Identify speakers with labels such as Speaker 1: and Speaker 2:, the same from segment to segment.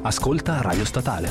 Speaker 1: Ascolta Radio Statale.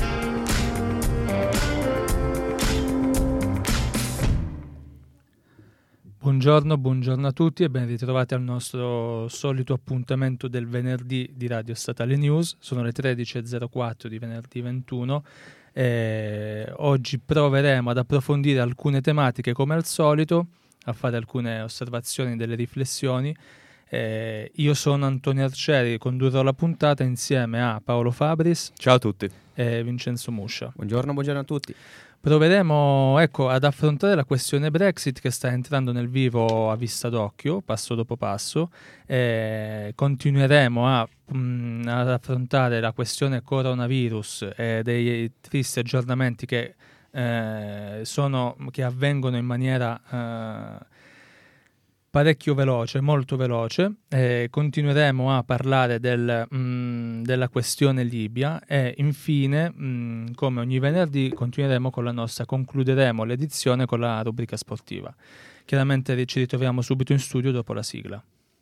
Speaker 2: Buongiorno a tutti e ben ritrovati al nostro solito appuntamento del venerdì di Radio Statale News. Sono le 13.04 di venerdì 21 e oggi proveremo ad approfondire alcune tematiche come al solito, a fare alcune osservazioni, delle riflessioni. Io sono Antonio Arcieri, condurrò la puntata insieme a Paolo Fabris.
Speaker 3: Ciao a tutti.
Speaker 2: E Vincenzo Muscia.
Speaker 3: Buongiorno a tutti.
Speaker 2: Proveremo ad affrontare la questione Brexit che sta entrando nel vivo a vista d'occhio, passo dopo passo. Continueremo ad affrontare la questione coronavirus e dei tristi aggiornamenti che avvengono in maniera parecchio veloce, molto veloce. Continueremo a parlare della questione Libia e infine, come ogni venerdì, concluderemo l'edizione con la rubrica sportiva. Chiaramente ci ritroviamo subito in studio dopo la sigla.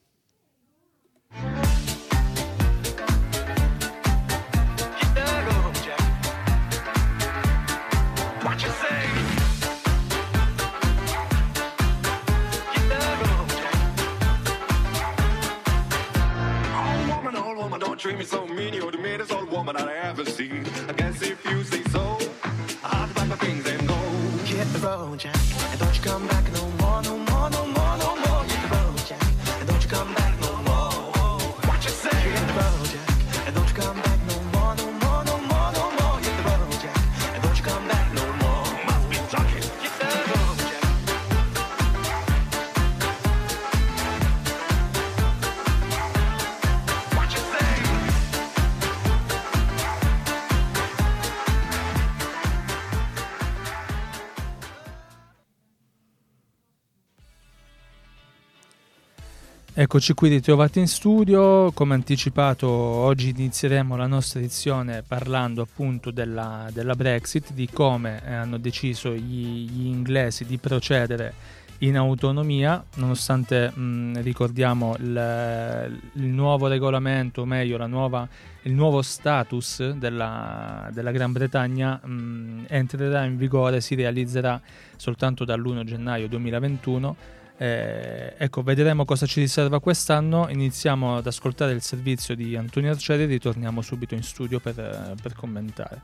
Speaker 4: Treat me so mean, you're the meanest old woman I ever seen. I guess if you say so, I have to pack my things and go.
Speaker 5: Hit the road, Jack, and don't you come back no more, no more, no more, no more. Hit the road, Jack, and don't you come back no more.
Speaker 4: What you say?
Speaker 5: Hit the road, Jack, and don't you come back no more, no more, no more, no more. Hit the road, Jack, and don't you come back no more.
Speaker 4: Must be talking.
Speaker 5: Hit the road, Jack.
Speaker 4: What you say?
Speaker 2: Eccoci qui ritrovati in studio. Come anticipato, oggi inizieremo la nostra edizione parlando appunto della Brexit, di come hanno deciso gli inglesi di procedere in autonomia, nonostante ricordiamo il nuovo regolamento, o meglio il nuovo status della Gran Bretagna entrerà in vigore, si realizzerà soltanto dall'1 gennaio 2021. Vedremo cosa ci riserva quest'anno. Iniziamo ad ascoltare il servizio di Antonio Arcieri e ritorniamo subito in studio per commentare.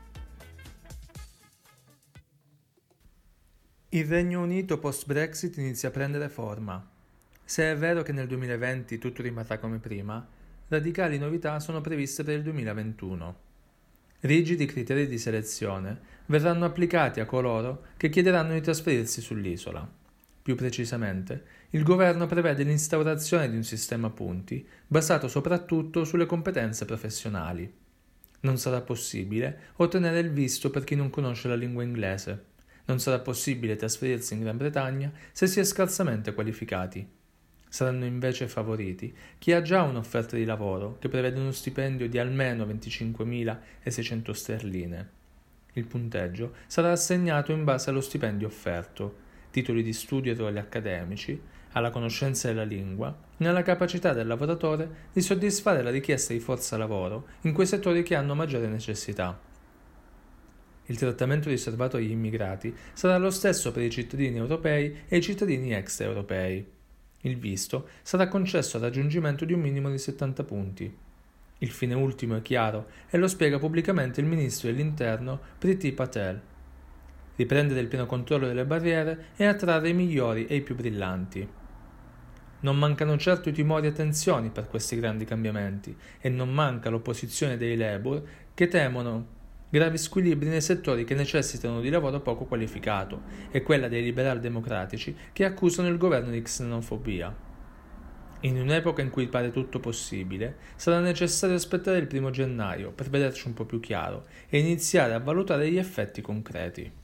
Speaker 2: Il Regno Unito post-Brexit inizia a prendere forma. Se è vero che nel 2020 tutto rimarrà come prima, radicali novità sono previste per il 2021. Rigidi criteri di selezione verranno applicati a coloro che chiederanno di trasferirsi sull'isola. Più precisamente, il governo prevede l'instaurazione di un sistema a punti basato soprattutto sulle competenze professionali. Non sarà possibile ottenere il visto per chi non conosce la lingua inglese. Non sarà possibile trasferirsi in Gran Bretagna se si è scarsamente qualificati. Saranno invece favoriti chi ha già un'offerta di lavoro che prevede uno stipendio di almeno 25.600 sterline. Il punteggio sarà assegnato in base allo stipendio offerto, titoli di studio e ruoli accademici, alla conoscenza della lingua e alla capacità del lavoratore di soddisfare la richiesta di forza lavoro in quei settori che hanno maggiore necessità. Il trattamento riservato agli immigrati sarà lo stesso per i cittadini europei e i cittadini extraeuropei. Il visto sarà concesso al raggiungimento di un minimo di 70 punti. Il fine ultimo è chiaro e lo spiega pubblicamente il ministro dell'Interno Priti Patel. Riprendere il pieno controllo delle barriere e attrarre i migliori e i più brillanti. Non mancano certo i timori e tensioni per questi grandi cambiamenti e non manca l'opposizione dei Labour che temono gravi squilibri nei settori che necessitano di lavoro poco qualificato e quella dei liberal democratici che accusano il governo di xenofobia. In un'epoca in cui pare tutto possibile, sarà necessario aspettare il 1 gennaio per vederci un po' più chiaro e iniziare a valutare gli effetti concreti.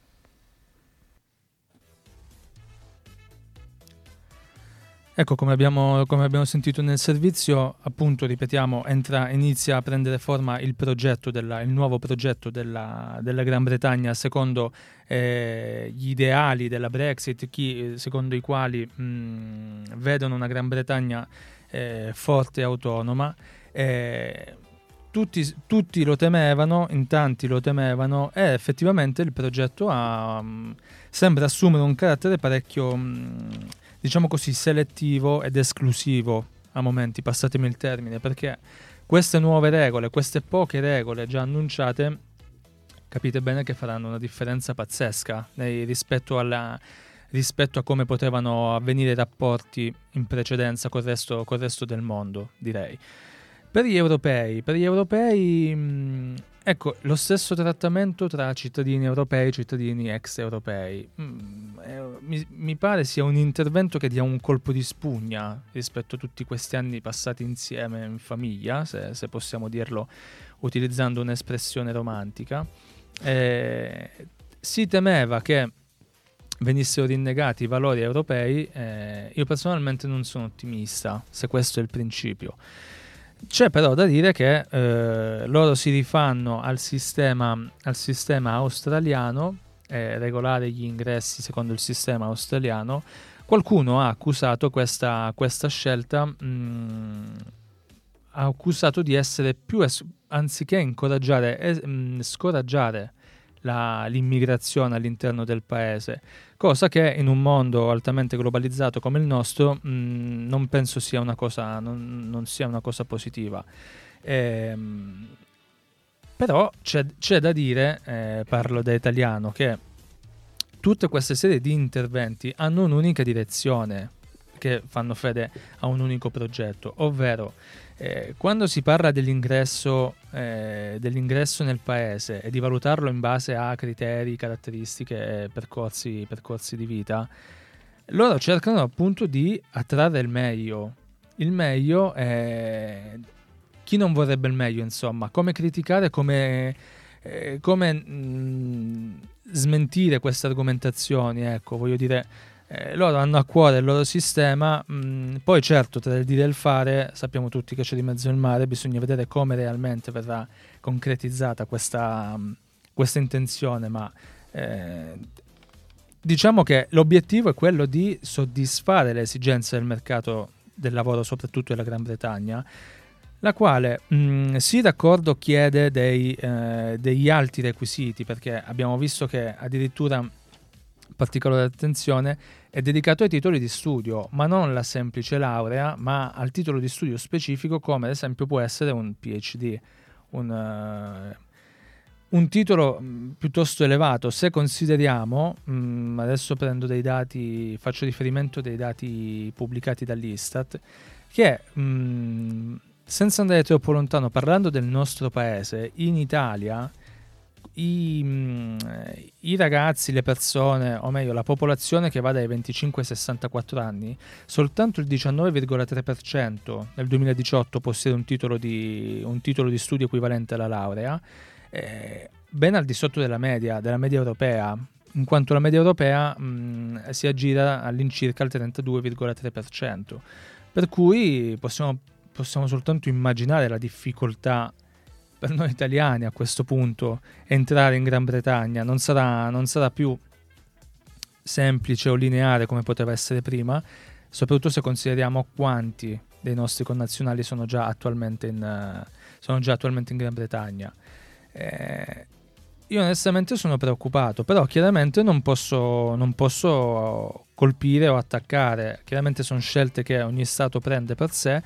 Speaker 2: Ecco, come abbiamo sentito nel servizio, appunto, ripetiamo, inizia a prendere forma il nuovo progetto della Gran Bretagna secondo gli ideali della Brexit, secondo i quali vedono una Gran Bretagna forte e autonoma. tutti lo temevano, in tanti lo temevano, e effettivamente il progetto sembra assumere un carattere parecchio, diciamo così, selettivo ed esclusivo a momenti, passatemi il termine, perché queste nuove regole, queste poche regole già annunciate, capite bene che faranno una differenza pazzesca rispetto a come potevano avvenire i rapporti in precedenza col resto del mondo, direi. Per gli europei, ecco, lo stesso trattamento tra cittadini europei e cittadini extraeuropei. Mi pare sia un intervento che dia un colpo di spugna rispetto a tutti questi anni passati insieme in famiglia, se possiamo dirlo utilizzando un'espressione romantica. Si temeva che venissero rinnegati i valori europei. Io personalmente non sono ottimista, se questo è il principio. C'è però da dire che loro si rifanno al sistema australiano, regolare gli ingressi secondo il sistema australiano. Qualcuno ha accusato questa scelta, ha accusato di essere più anziché incoraggiare, scoraggiare l'immigrazione all'interno del paese, cosa che in un mondo altamente globalizzato come il nostro non penso sia una cosa, non sia una cosa positiva. Però c'è da dire, parlo da italiano, che tutte queste serie di interventi hanno un'unica direzione, che fanno fede a un unico progetto, ovvero quando si parla dell'ingresso nel paese e di valutarlo in base a criteri, caratteristiche, percorsi di vita, loro cercano appunto di attrarre il meglio. Il meglio è chi non vorrebbe il meglio, insomma, come criticare, come smentire queste argomentazioni, ecco, voglio dire. Loro hanno a cuore il loro sistema, poi certo tra il dire e il fare sappiamo tutti che c'è di mezzo il mare, bisogna vedere come realmente verrà concretizzata questa intenzione, ma diciamo che l'obiettivo è quello di soddisfare le esigenze del mercato del lavoro, soprattutto della Gran Bretagna, la quale sì, d'accordo, chiede degli alti requisiti, perché abbiamo visto che addirittura particolare attenzione è dedicato ai titoli di studio, ma non alla semplice laurea, ma al titolo di studio specifico, come ad esempio può essere un PhD, un titolo piuttosto elevato. Se consideriamo, adesso prendo dei dati, faccio riferimento dei dati pubblicati dall'Istat, che senza andare troppo lontano, parlando del nostro paese, in Italia i ragazzi, le persone, o meglio la popolazione che va dai 25 ai 64 anni, soltanto il 19,3% nel 2018 possiede un titolo di studio equivalente alla laurea, ben al di sotto della media europea, in quanto la media europea si aggira all'incirca al 32,3%, per cui possiamo soltanto immaginare la difficoltà per noi italiani a questo punto entrare in Gran Bretagna. Non sarà più semplice o lineare come poteva essere prima, soprattutto se consideriamo quanti dei nostri connazionali sono già attualmente in Gran Bretagna. Io onestamente sono preoccupato, però chiaramente non posso colpire o attaccare. Chiaramente sono scelte che ogni Stato prende per sé.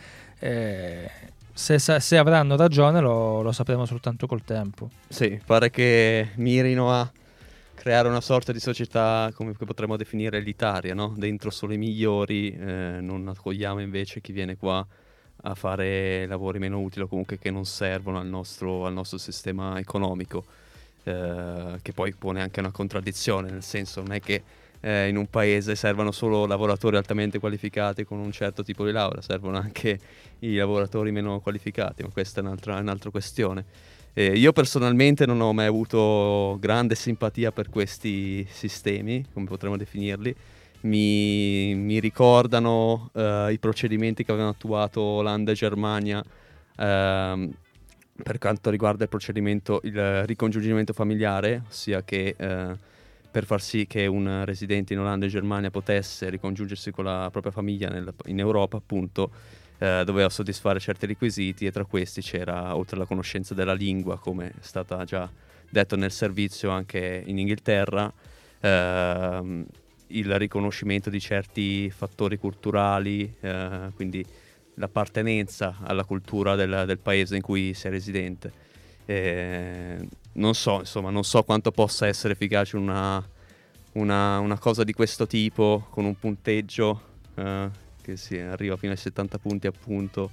Speaker 2: Se avranno ragione lo sapremo soltanto col tempo.
Speaker 1: Sì, pare che mirino a creare una sorta di società come potremmo definire elitaria, no? Dentro solo i migliori, non accogliamo invece chi viene qua a fare lavori meno utili o comunque che non servono al nostro sistema economico, che poi pone anche una contraddizione, nel senso non è che in un paese servono solo lavoratori altamente qualificati con un certo tipo di laurea, servono anche i lavoratori meno qualificati, ma questa è un'altra questione. Io personalmente non ho mai avuto grande simpatia per questi sistemi, come potremmo definirli. Mi ricordano i procedimenti che avevano attuato Olanda e Germania per quanto riguarda il ricongiungimento familiare, ossia che per far sì che un residente in Olanda e Germania potesse ricongiungersi con la propria famiglia in Europa, appunto, doveva soddisfare certi requisiti, e tra questi c'era, oltre alla conoscenza della lingua, come è stata già detto nel servizio anche in Inghilterra, il riconoscimento di certi fattori culturali, quindi l'appartenenza alla cultura del paese in cui sei residente. Non so quanto possa essere efficace una cosa di questo tipo, con un punteggio che si arriva fino ai 70 punti appunto,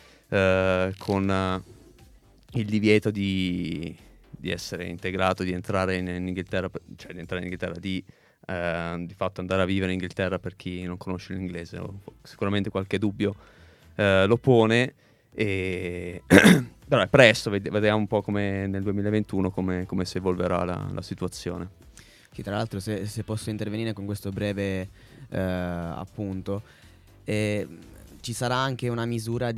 Speaker 1: con il divieto di essere integrato, di entrare in Inghilterra, cioè di entrare in Inghilterra, di fatto andare a vivere in Inghilterra per chi non conosce l'inglese. Sicuramente qualche dubbio lo pone, e però è presto, vediamo un po' come nel 2021 come si evolverà la situazione.
Speaker 3: Sì, tra l'altro, se posso intervenire con questo breve appunto, ci sarà anche una misura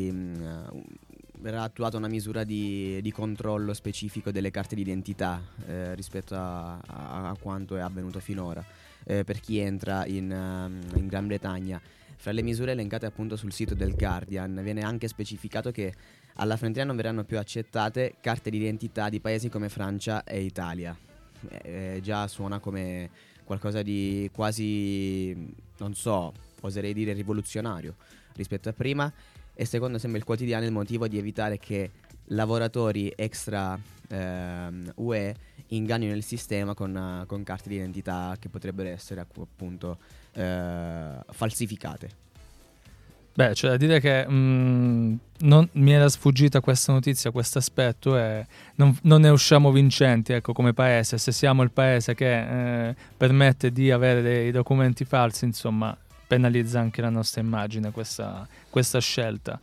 Speaker 3: verrà attuata una misura di controllo specifico delle carte d'identità rispetto a quanto è avvenuto finora per chi entra in Gran Bretagna. Fra le misure elencate appunto sul sito del Guardian viene anche specificato che alla frontiera non verranno più accettate carte d'identità di paesi come Francia e Italia. Già suona come qualcosa di quasi, non so, oserei dire rivoluzionario rispetto a prima, e secondo sembra il quotidiano il motivo di evitare che lavoratori extra UE ingannino il sistema con carte d'identità che potrebbero essere appunto falsificate.
Speaker 2: Beh, c'è da dire che non mi era sfuggita questa notizia, questo aspetto, e non ne usciamo vincenti, ecco, come paese. Se siamo il paese che permette di avere dei documenti falsi, insomma, penalizza anche la nostra immagine questa scelta.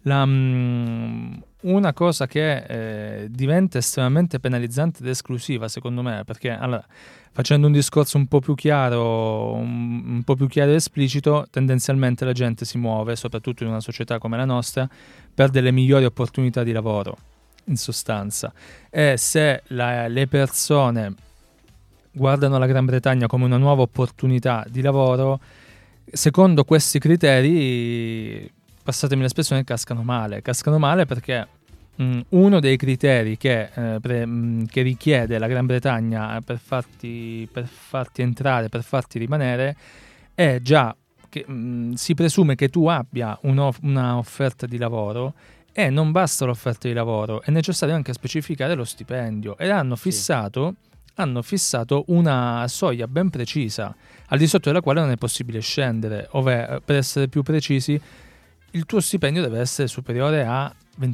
Speaker 2: Una cosa che diventa estremamente penalizzante ed esclusiva, secondo me, perché allora, facendo un discorso un po' più chiaro, un po' più chiaro e esplicito, tendenzialmente la gente si muove, soprattutto in una società come la nostra, per delle migliori opportunità di lavoro, in sostanza. E se le persone guardano la Gran Bretagna come una nuova opportunità di lavoro, secondo questi criteri, passatemi l'espressione, cascano male perché uno dei criteri che richiede la Gran Bretagna per farti entrare, per farti rimanere, è già che si presume che tu abbia una offerta di lavoro, e non basta l'offerta di lavoro, è necessario anche specificare lo stipendio, ed hanno fissato una soglia ben precisa, al di sotto della quale non è possibile scendere, ovvero, per essere più precisi, il tuo stipendio deve essere superiore a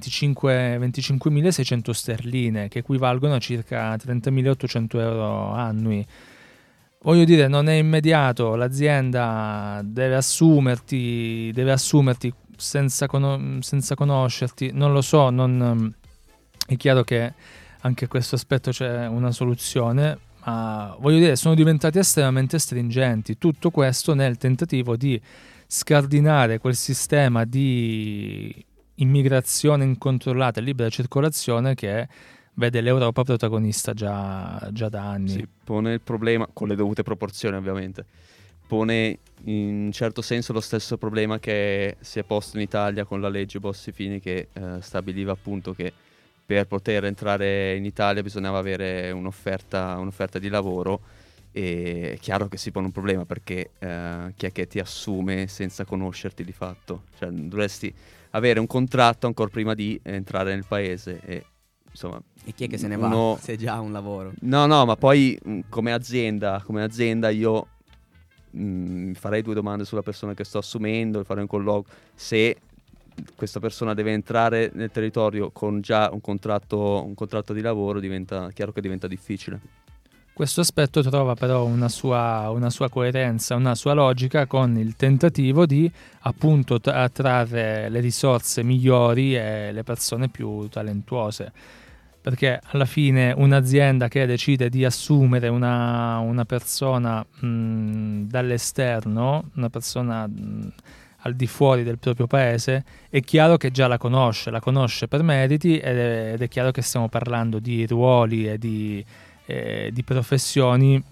Speaker 2: 25.600 sterline, che equivalgono a circa 30.800 euro annui. Voglio dire, non è immediato, l'azienda deve assumerti senza conoscerti, non lo so, è chiaro che anche a questo aspetto c'è una soluzione, ma voglio dire, sono diventati estremamente stringenti. Tutto questo nel tentativo di scardinare quel sistema di immigrazione incontrollata e libera circolazione che vede l'Europa protagonista già da anni.
Speaker 1: Si pone il problema, con le dovute proporzioni ovviamente, pone in un certo senso lo stesso problema che si è posto in Italia con la legge Bossi-Fini, che stabiliva appunto che per poter entrare in Italia bisognava avere un'offerta di lavoro. E è chiaro che si pone un problema, perché chi è che ti assume senza conoscerti di fatto? Cioè, dovresti avere un contratto ancora prima di entrare nel paese, e insomma,
Speaker 3: E chi è che se ne va se già ha un lavoro?
Speaker 1: No, ma poi come azienda io farei 2 domande sulla persona che sto assumendo, farei un colloquio. Se questa persona deve entrare nel territorio con già un contratto di lavoro, diventa chiaro che diventa difficile.
Speaker 2: Questo aspetto trova però una sua coerenza, una sua logica con il tentativo di appunto attrarre le risorse migliori e le persone più talentuose, perché alla fine un'azienda che decide di assumere una persona dall'esterno, una persona al di fuori del proprio paese, è chiaro che già la conosce per meriti, ed è chiaro che stiamo parlando di ruoli e di professioni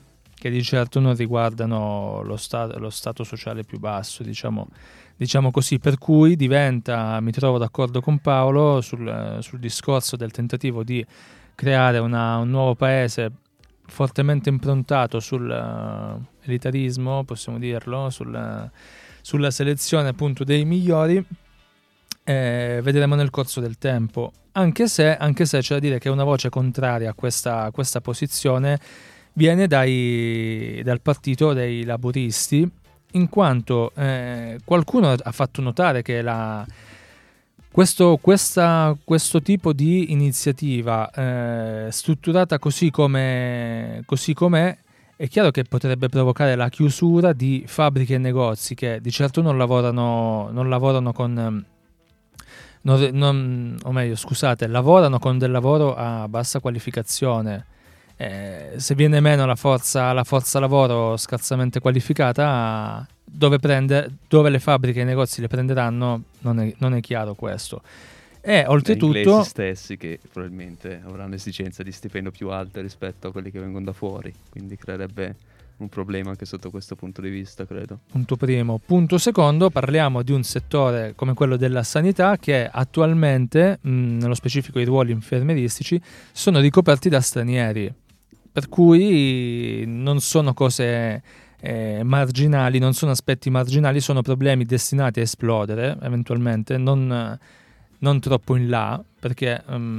Speaker 2: che di certo non riguardano lo stato sociale più basso, diciamo così, per cui mi trovo d'accordo con Paolo sul discorso del tentativo di creare un nuovo paese fortemente improntato sul elitarismo, possiamo dirlo, sulla selezione appunto dei migliori. Vedremo nel corso del tempo, anche se c'è da dire che una voce contraria a questa posizione viene dal partito dei laburisti, in quanto qualcuno ha fatto notare che questo tipo di iniziativa strutturata così com'è, è chiaro che potrebbe provocare la chiusura di fabbriche e negozi che di certo non lavorano con lavorano con del lavoro a bassa qualificazione. Se viene meno la forza lavoro scarsamente qualificata, dove le fabbriche e i negozi le prenderanno non è chiaro questo. E oltretutto
Speaker 1: gli inglesi stessi che probabilmente avranno esigenza di stipendio più alte rispetto a quelli che vengono da fuori, quindi creerebbe un problema anche sotto questo punto di vista, credo.
Speaker 2: Punto primo. Punto secondo, parliamo di un settore come quello della sanità che attualmente, nello specifico i ruoli infermieristici, sono ricoperti da stranieri, per cui non sono cose marginali, non sono aspetti marginali, sono problemi destinati a esplodere eventualmente, non troppo in là, perché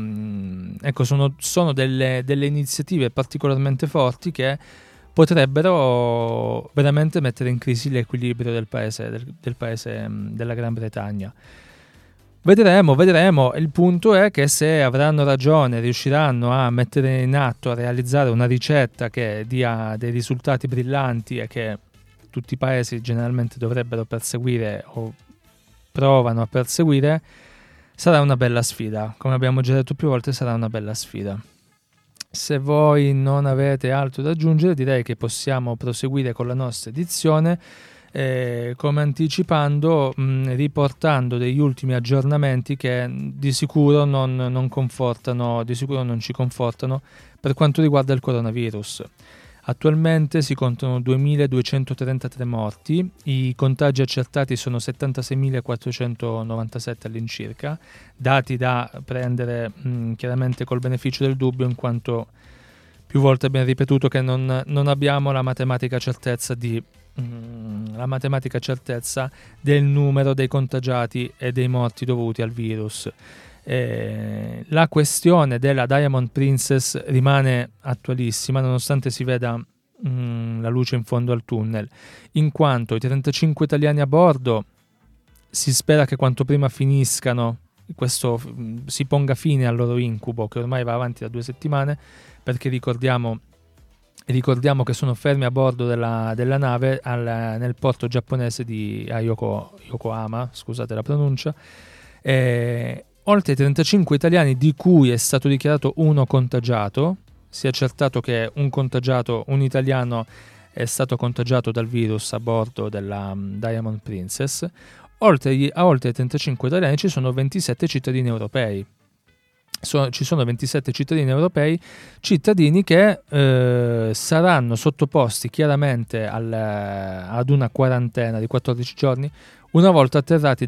Speaker 2: sono delle iniziative particolarmente forti che potrebbero veramente mettere in crisi l'equilibrio del paese della Gran Bretagna. Vedremo. Il punto è che se avranno ragione, riusciranno a mettere in atto, a realizzare una ricetta che dia dei risultati brillanti e che tutti i paesi generalmente dovrebbero perseguire o provano a perseguire, sarà una bella sfida. Come abbiamo già detto più volte, sarà una bella sfida. Se voi non avete altro da aggiungere, direi che possiamo proseguire con la nostra edizione, come anticipando, riportando degli ultimi aggiornamenti che di sicuro non ci confortano per quanto riguarda il coronavirus. Attualmente si contano 2.233 morti, i contagi accertati sono 76.497 all'incirca, dati da prendere chiaramente col beneficio del dubbio, in quanto più volte abbiamo ripetuto che non abbiamo la matematica certezza del numero dei contagiati e dei morti dovuti al virus. La questione della Diamond Princess rimane attualissima, nonostante si veda la luce in fondo al tunnel, in quanto i 35 italiani a bordo si spera che quanto prima finiscano, questo si ponga fine al loro incubo che ormai va avanti da 2 settimane, perché ricordiamo che sono fermi a bordo della nave nel porto giapponese di Yokohama, scusate la pronuncia. Oltre ai 35 italiani di cui è stato dichiarato uno contagiato, si è accertato che un italiano è stato contagiato dal virus a bordo della Diamond Princess. Oltre ai 35 italiani ci sono 27 cittadini europei. Ci sono 27 cittadini europei, cittadini che saranno sottoposti chiaramente ad una quarantena di 14 giorni una volta atterrati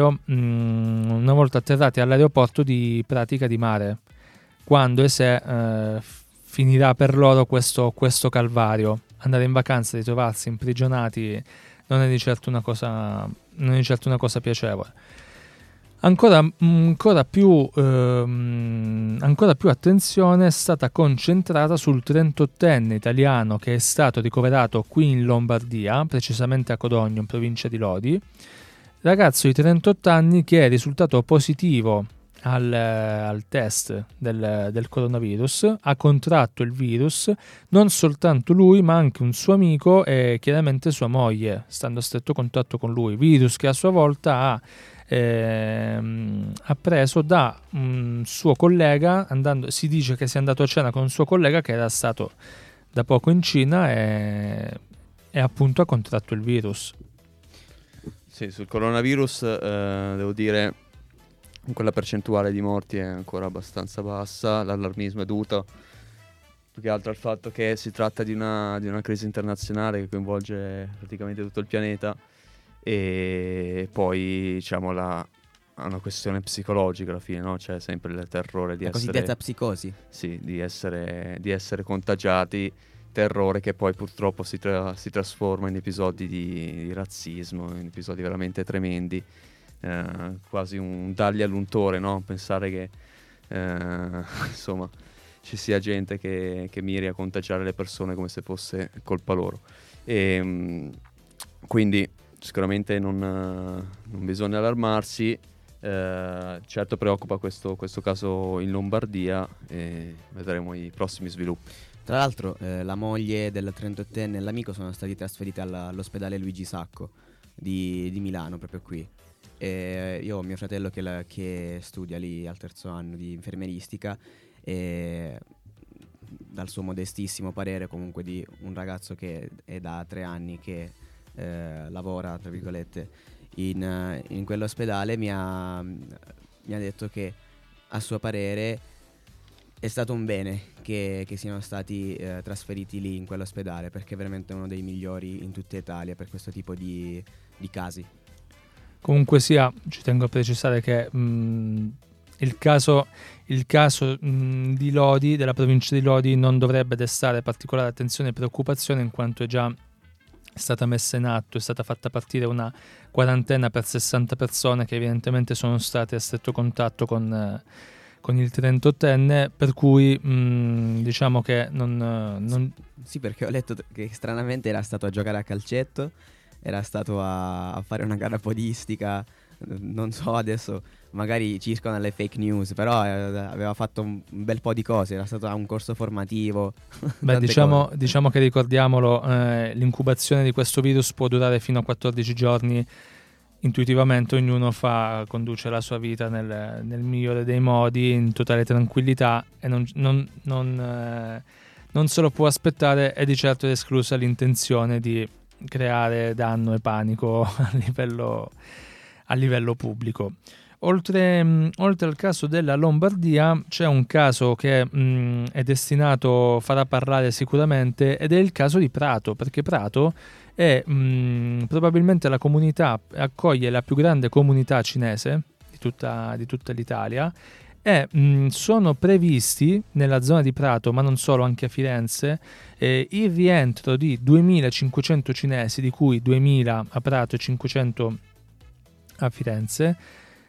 Speaker 2: all'aeroporto di Pratica di Mare, quando e se finirà per loro questo calvario. Andare in vacanza e ritrovarsi imprigionati non è di certo una cosa piacevole. Ancora più attenzione è stata concentrata sul 38enne italiano che è stato ricoverato qui in Lombardia, precisamente a Codogno, in provincia di Lodi. Ragazzo di 38 anni che è risultato positivo al test del coronavirus, ha contratto il virus, non soltanto lui ma anche un suo amico e chiaramente sua moglie, stando a stretto contatto con lui, virus che a sua volta ha preso da un suo collega, si dice che sia andato a cena con un suo collega che era stato da poco in Cina e appunto ha contratto il virus.
Speaker 1: Sì, sul coronavirus devo dire quella percentuale di morti è ancora abbastanza bassa, l'allarmismo è dovuto più che altro al fatto che si tratta di una crisi internazionale che coinvolge praticamente tutto il pianeta, e poi diciamo una questione psicologica alla fine, no? C'è sempre il terrore di
Speaker 3: La cosiddetta psicosi.
Speaker 1: sì, di essere contagiati, terrore che poi purtroppo si trasforma in episodi di razzismo, in episodi veramente tremendi, quasi un dargli all'untore, no? Pensare che insomma ci sia gente che miri a contagiare le persone come se fosse colpa loro. Quindi sicuramente non bisogna allarmarsi. Certo preoccupa questo caso in Lombardia, e vedremo i prossimi sviluppi.
Speaker 3: Tra l'altro la moglie del 38enne e l'amico sono stati trasferiti all'ospedale Luigi Sacco di Milano, proprio qui. E io ho mio fratello che studia lì al 3º anno di infermieristica, e dal suo modestissimo parere, comunque, di un ragazzo che è da 3 anni che lavora, tra virgolette, in quell'ospedale, mi ha detto che a suo parere è stato un bene che siano stati trasferiti lì in quell'ospedale, perché è veramente uno dei migliori in tutta Italia per questo tipo di casi.
Speaker 2: Comunque sia, ci tengo a precisare che il caso di Lodi, della provincia di Lodi, non dovrebbe destare particolare attenzione e preoccupazione, in quanto è già stata messa in atto, è stata fatta partire una quarantena per 60 persone che evidentemente sono state a stretto contatto con il 38enne, per cui diciamo che non...
Speaker 3: Sì, perché ho letto che stranamente era stato a giocare a calcetto, era stato a fare una gara podistica, non so, adesso magari circolano le fake news, però aveva fatto un bel po' di cose, era stato a un corso formativo.
Speaker 2: Beh, diciamo che, ricordiamolo, l'incubazione di questo virus può durare fino a 14 giorni. Intuitivamente ognuno conduce la sua vita nel migliore dei modi, in totale tranquillità, e non se lo può aspettare, e di certo è esclusa l'intenzione di creare danno e panico a livello pubblico. Oltre al caso della Lombardia, c'è un caso che è destinato, farà parlare sicuramente, ed è il caso di Prato, perché Prato è probabilmente la comunità, accoglie la più grande comunità cinese di tutta l'Italia, e sono previsti nella zona di Prato, ma non solo, anche a Firenze, il rientro di 2.500 cinesi, di cui 2.000 a Prato e 500 a Firenze.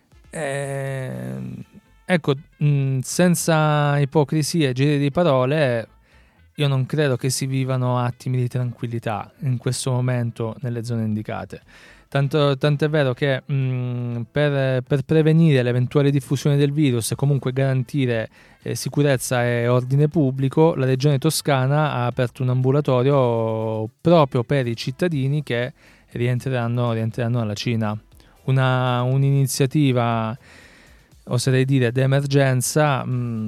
Speaker 2: Ecco, senza ipocrisie e giri di parole, io non credo che si vivano attimi di tranquillità in questo momento nelle zone indicate. Tanto è vero che per prevenire l'eventuale diffusione del virus e comunque garantire sicurezza e ordine pubblico, la Regione Toscana ha aperto un ambulatorio proprio per i cittadini che rientreranno alla Cina. Un'iniziativa, oserei dire, d'emergenza,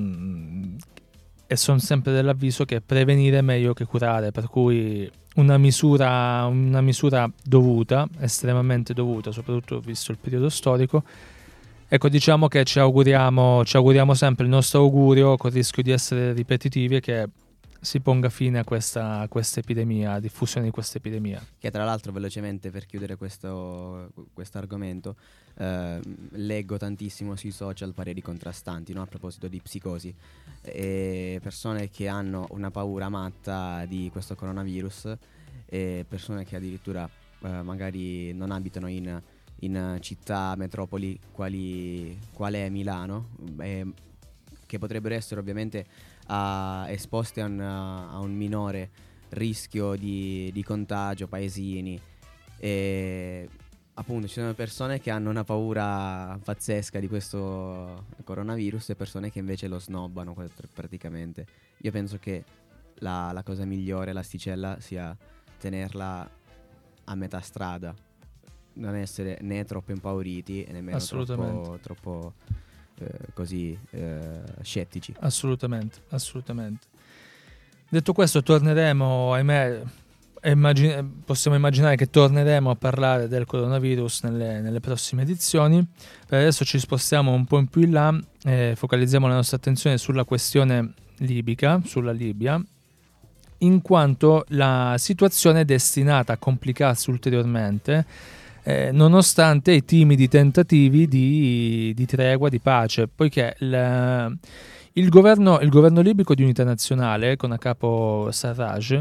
Speaker 2: e sono sempre dell'avviso che prevenire è meglio che curare, per cui una misura dovuta, estremamente dovuta, soprattutto visto il periodo storico. Ecco, diciamo che ci auguriamo sempre, il nostro augurio, con il rischio di essere ripetitivi, è che si ponga fine a questa epidemia, a diffusione di questa epidemia.
Speaker 3: Che tra l'altro, velocemente, per chiudere questo argomento, leggo tantissimo sui social pareri contrastanti, no? A proposito di psicosi, e persone che hanno una paura matta di questo coronavirus, e persone che addirittura magari non abitano in città, metropoli quale è Milano, che potrebbero essere ovviamente esposti a un minore rischio di contagio, paesini, e appunto ci sono persone che hanno una paura pazzesca di questo coronavirus e persone che invece lo snobbano praticamente. Io penso che la cosa migliore, l'asticella, sia tenerla a metà strada, non essere né troppo impauriti e nemmeno troppo così scettici.
Speaker 2: Assolutamente. Detto questo, torneremo, ahimè, possiamo immaginare che torneremo a parlare del coronavirus nelle prossime edizioni. Per adesso ci spostiamo un po' in più in là, focalizziamo la nostra attenzione sulla questione libica, sulla Libia, in quanto la situazione è destinata a complicarsi ulteriormente, nonostante i timidi tentativi di tregua, di pace, poiché il governo libico di unità nazionale, con a capo Sarraj,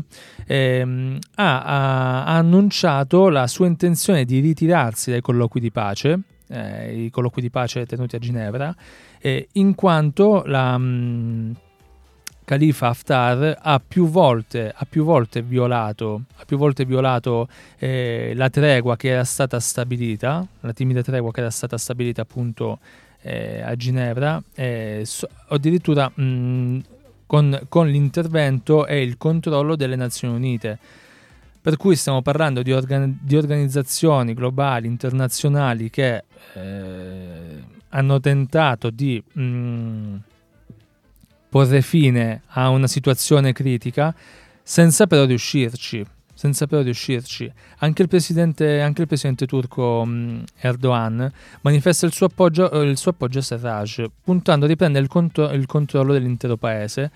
Speaker 2: ha annunciato la sua intenzione di ritirarsi dai colloqui di pace, i colloqui di pace tenuti a Ginevra, in quanto la Khalifa Haftar ha più volte violato la tregua che era stata stabilita, la timida tregua che era stata stabilita appunto a Ginevra, addirittura con l'intervento e il controllo delle Nazioni Unite. Per cui stiamo parlando di organizzazioni globali, internazionali, che hanno tentato di porre fine a una situazione critica senza però riuscirci. Anche il presidente turco Erdogan manifesta il suo appoggio a Sarraj, puntando a riprendere il controllo dell'intero paese.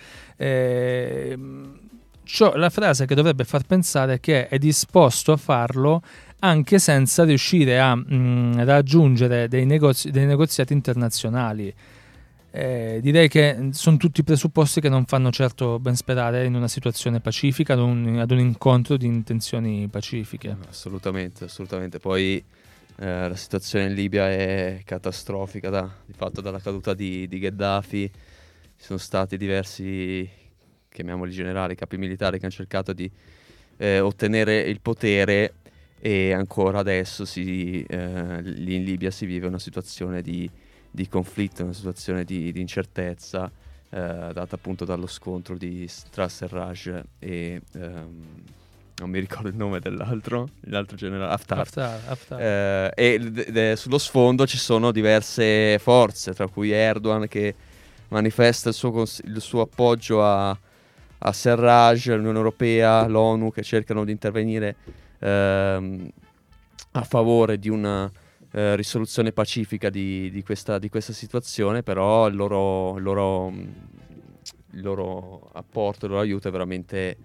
Speaker 2: La frase che dovrebbe far pensare che è disposto a farlo anche senza riuscire a raggiungere dei negoziati internazionali. Direi che sono tutti presupposti che non fanno certo ben sperare in una situazione pacifica, ad un incontro di intenzioni pacifiche.
Speaker 1: Assolutamente. Poi la situazione in Libia è catastrofica, di fatto dalla caduta di Gheddafi ci sono stati diversi, chiamiamoli generali, capi militari che hanno cercato di ottenere il potere, e ancora adesso lì in Libia si vive una situazione di conflitto, una situazione di incertezza data appunto dallo scontro tra Serraj e non mi ricordo il nome l'altro generale, Haftar. E sullo sfondo ci sono diverse forze, tra cui Erdogan, che manifesta il suo appoggio a Serraj, l'Unione Europea, l'ONU, che cercano di intervenire a favore di una risoluzione pacifica di questa situazione, però il loro apporto, il loro aiuto è veramente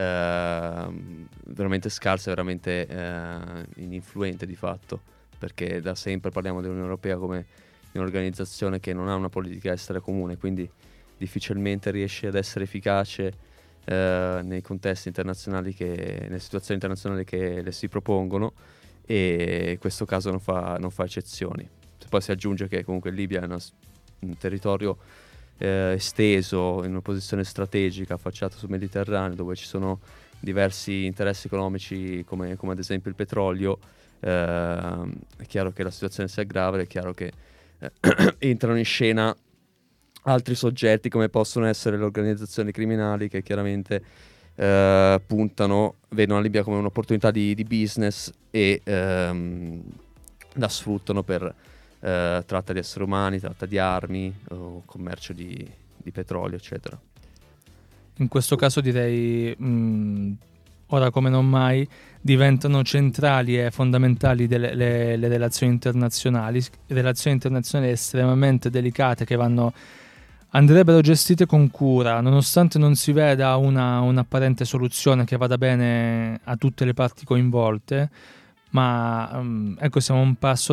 Speaker 1: scarso, è veramente ininfluente di fatto, perché da sempre parliamo dell'Unione Europea come di un'organizzazione che non ha una politica estera comune, quindi difficilmente riesce ad essere efficace nei contesti internazionali, nelle situazioni internazionali che le si propongono, e in questo caso non fa eccezioni. Poi si aggiunge che comunque Libia è un territorio esteso, in una posizione strategica, affacciato sul Mediterraneo, dove ci sono diversi interessi economici come ad esempio il petrolio. È chiaro che la situazione si aggrava, è chiaro che entrano in scena altri soggetti, come possono essere le organizzazioni criminali, che chiaramente vedono la Libia come un'opportunità di business e la sfruttano per tratta di esseri umani, tratta di armi o commercio di petrolio, eccetera.
Speaker 2: In questo caso direi ora come non mai diventano centrali e fondamentali le relazioni internazionali estremamente delicate, che andrebbero gestite con cura, nonostante non si veda un'apparente soluzione che vada bene a tutte le parti coinvolte. Ma ecco, siamo un passo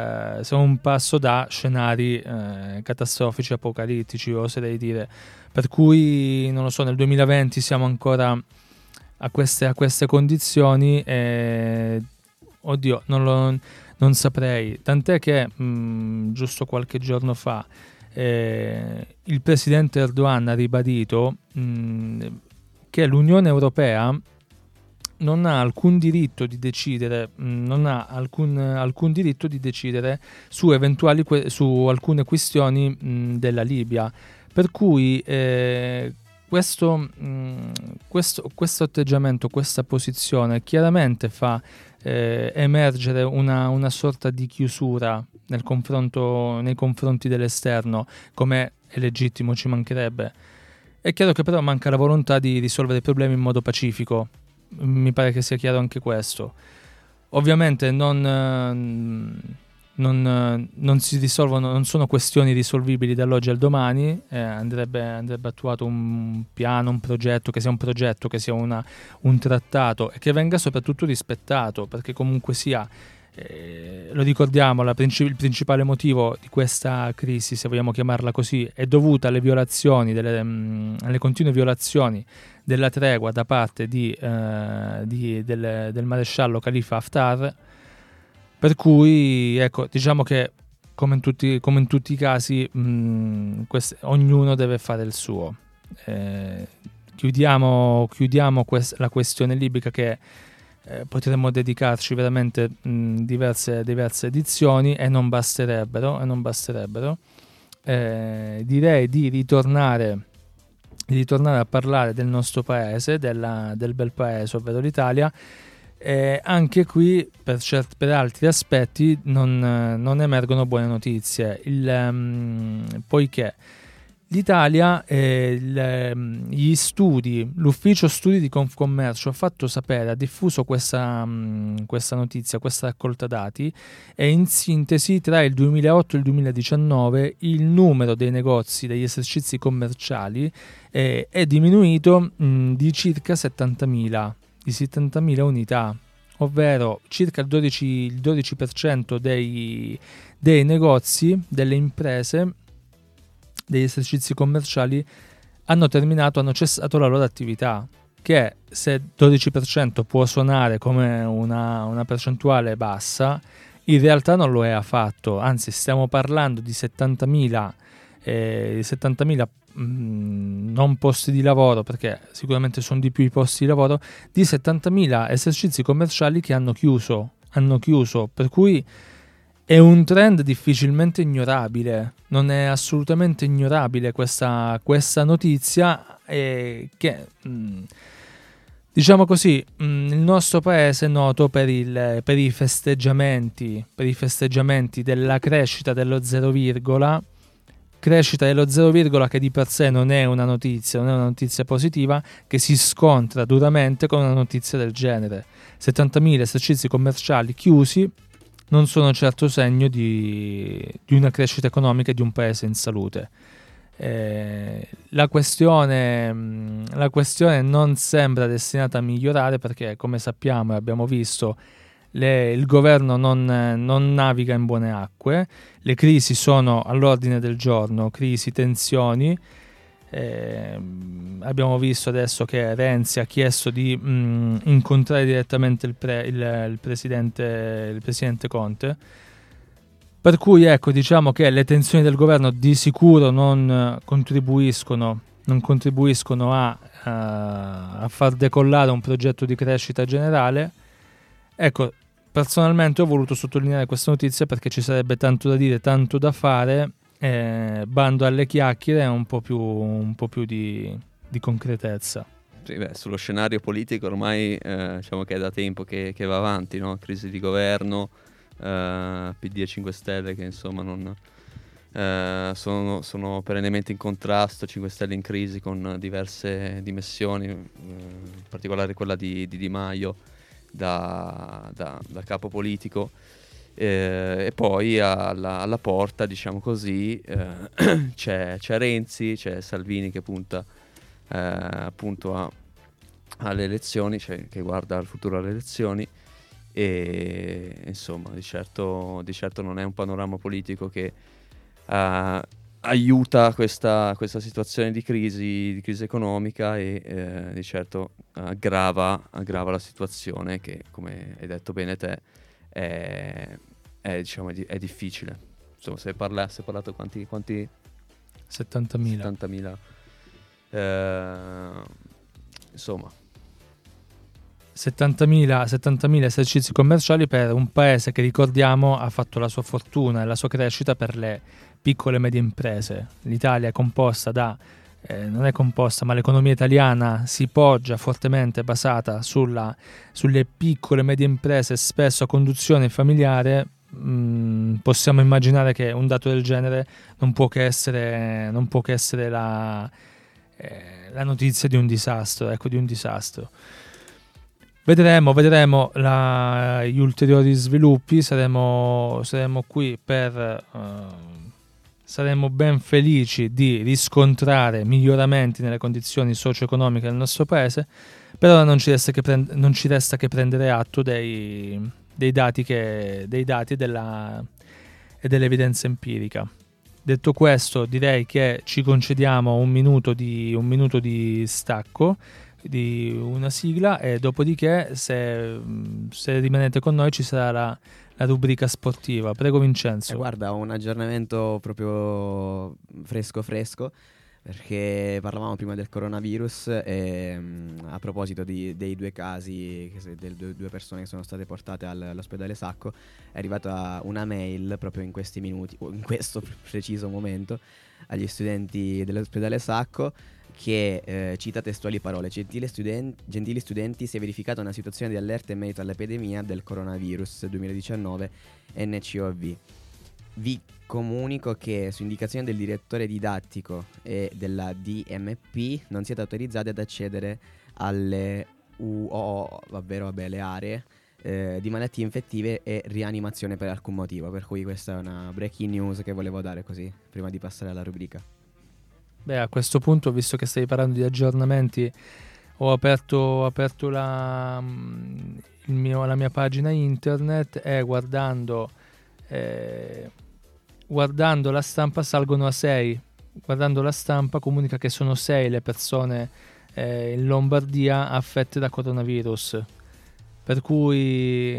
Speaker 2: da scenari catastrofici, apocalittici, oserei dire, per cui non lo so, nel 2020 siamo ancora a queste condizioni, oddio, non saprei, tant'è che giusto qualche giorno fa il presidente Erdogan ha ribadito che l'Unione Europea non ha alcun diritto di decidere, alcun diritto di decidere su alcune questioni della Libia, per cui questo atteggiamento, questa posizione chiaramente fa emergere una sorta di chiusura nei confronti dell'esterno, come è legittimo, ci mancherebbe. È chiaro che però manca la volontà di risolvere i problemi in modo pacifico. Mi pare che sia chiaro anche questo. Ovviamente non non si risolvono, non sono questioni risolvibili dall'oggi al domani, andrebbe attuato un piano, un progetto, che sia un trattato e che venga soprattutto rispettato, perché comunque sia, lo ricordiamo, il principale motivo di questa crisi, se vogliamo chiamarla così, è dovuta alle violazioni, alle continue violazioni della tregua da parte del maresciallo Khalifa Haftar, per cui ecco, diciamo che come in tutti i casi ognuno deve fare il suo. Chiudiamo la questione libica, che potremmo dedicarci veramente diverse edizioni e non basterebbero. Direi di ritornare a parlare del nostro paese, del bel paese, ovvero l'Italia. Anche qui per altri aspetti non emergono buone notizie, poiché l'Italia, l'ufficio studi di Confcommercio ha fatto sapere, ha diffuso questa notizia, questa raccolta dati, e in sintesi tra il 2008 e il 2019 il numero dei negozi, degli esercizi commerciali è diminuito di circa 70.000 unità, ovvero circa il 12% dei negozi, delle imprese, degli esercizi commerciali hanno cessato la loro attività, che se 12% può suonare come una percentuale bassa, in realtà non lo è affatto, anzi stiamo parlando di 70.000 non posti di lavoro, perché sicuramente sono di più i posti di lavoro, di 70.000 esercizi commerciali che hanno chiuso, per cui è un trend difficilmente ignorabile, non è assolutamente ignorabile questa notizia, che diciamo così, il nostro paese è noto per i festeggiamenti della crescita dello 0, che di per sé non è una notizia positiva, che si scontra duramente con una notizia del genere. 70.000 esercizi commerciali chiusi non sono certo segno di una crescita economica e di un paese in salute. La questione non sembra destinata a migliorare, perché, come sappiamo e abbiamo visto, il governo non naviga in buone acque, le crisi sono all'ordine del giorno, tensioni. Abbiamo visto adesso che Renzi ha chiesto di incontrare direttamente il presidente Conte, per cui ecco, diciamo che le tensioni del governo di sicuro non contribuiscono a far decollare un progetto di crescita generale. Ecco, personalmente ho voluto sottolineare questa notizia perché ci sarebbe tanto da dire, tanto da fare, bando alle chiacchiere e un po' più di concretezza.
Speaker 1: Sì, sullo scenario politico ormai diciamo che è da tempo che va avanti, no? Crisi di governo, PD e 5 Stelle che insomma non sono perennemente in contrasto, 5 Stelle in crisi con diverse dimensioni, in particolare quella di Di Maio da capo politico, e poi alla porta, diciamo così, c'è Renzi, c'è Salvini che punta appunto alle elezioni, cioè che guarda al futuro alle elezioni, e insomma di certo non è un panorama politico che aiuta questa situazione di crisi economica, e di certo aggrava la situazione che, come hai detto bene te, è difficile. Insomma, si è parlato quanti
Speaker 2: 70.000.
Speaker 1: Insomma
Speaker 2: 70.000 esercizi commerciali per un paese che, ricordiamo, ha fatto la sua fortuna e la sua crescita per le piccole e medie imprese. L'Italia è composta non è composta, ma l'economia italiana si poggia fortemente basata sulle piccole e medie imprese, spesso a conduzione familiare. Possiamo immaginare che un dato del genere non può che essere la notizia di un disastro, Vedremo gli ulteriori sviluppi, saremo qui saremo ben felici di riscontrare miglioramenti nelle condizioni socio-economiche del nostro paese. Per ora non ci resta che prendere atto dei dati e dell'evidenza empirica. Detto questo, direi che ci concediamo un minuto di stacco, di una sigla, e dopodiché se rimanete con noi ci sarà la rubrica sportiva. Prego Vincenzo.
Speaker 3: Guarda, un aggiornamento proprio fresco, perché parlavamo prima del coronavirus e a proposito dei 2 casi, delle 2 persone che sono state portate all'ospedale Sacco, è arrivata una mail proprio in questi minuti, o in questo preciso momento, agli studenti dell'ospedale Sacco, che cita testuali parole: gentili studenti, si è verificata una situazione di allerta in merito all'epidemia del coronavirus 2019 NCOV. Vi comunico che su indicazione del direttore didattico e della DMP non siete autorizzati ad accedere alle UOO, le aree di malattie infettive e rianimazione per alcun motivo. Per cui questa è una breaking news che volevo dare così prima di passare alla rubrica.
Speaker 2: Beh, a questo punto, visto che stai parlando di aggiornamenti, ho aperto la mia pagina internet e guardando la stampa salgono a 6. Guardando la stampa comunica che sono 6 le persone in Lombardia affette da coronavirus. Per cui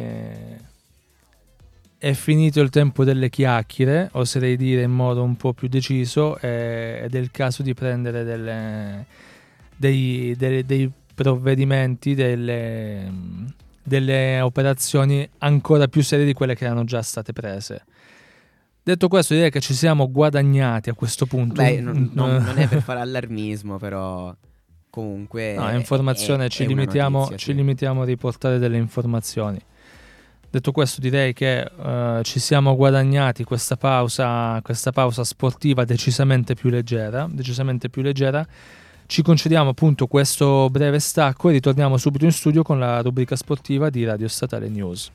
Speaker 2: è finito il tempo delle chiacchiere, oserei dire in modo un po' più deciso, ed è il caso di prendere dei provvedimenti, delle operazioni ancora più serie di quelle che erano già state prese. Detto questo, direi che ci siamo guadagnati a questo punto.
Speaker 3: Beh, non è per fare allarmismo, però comunque
Speaker 2: informazione, ci limitiamo a riportare delle informazioni. Detto questo, direi che ci siamo guadagnati questa pausa sportiva decisamente più leggera. Ci concediamo appunto questo breve stacco e ritorniamo subito in studio con la rubrica sportiva di Radio Statale News.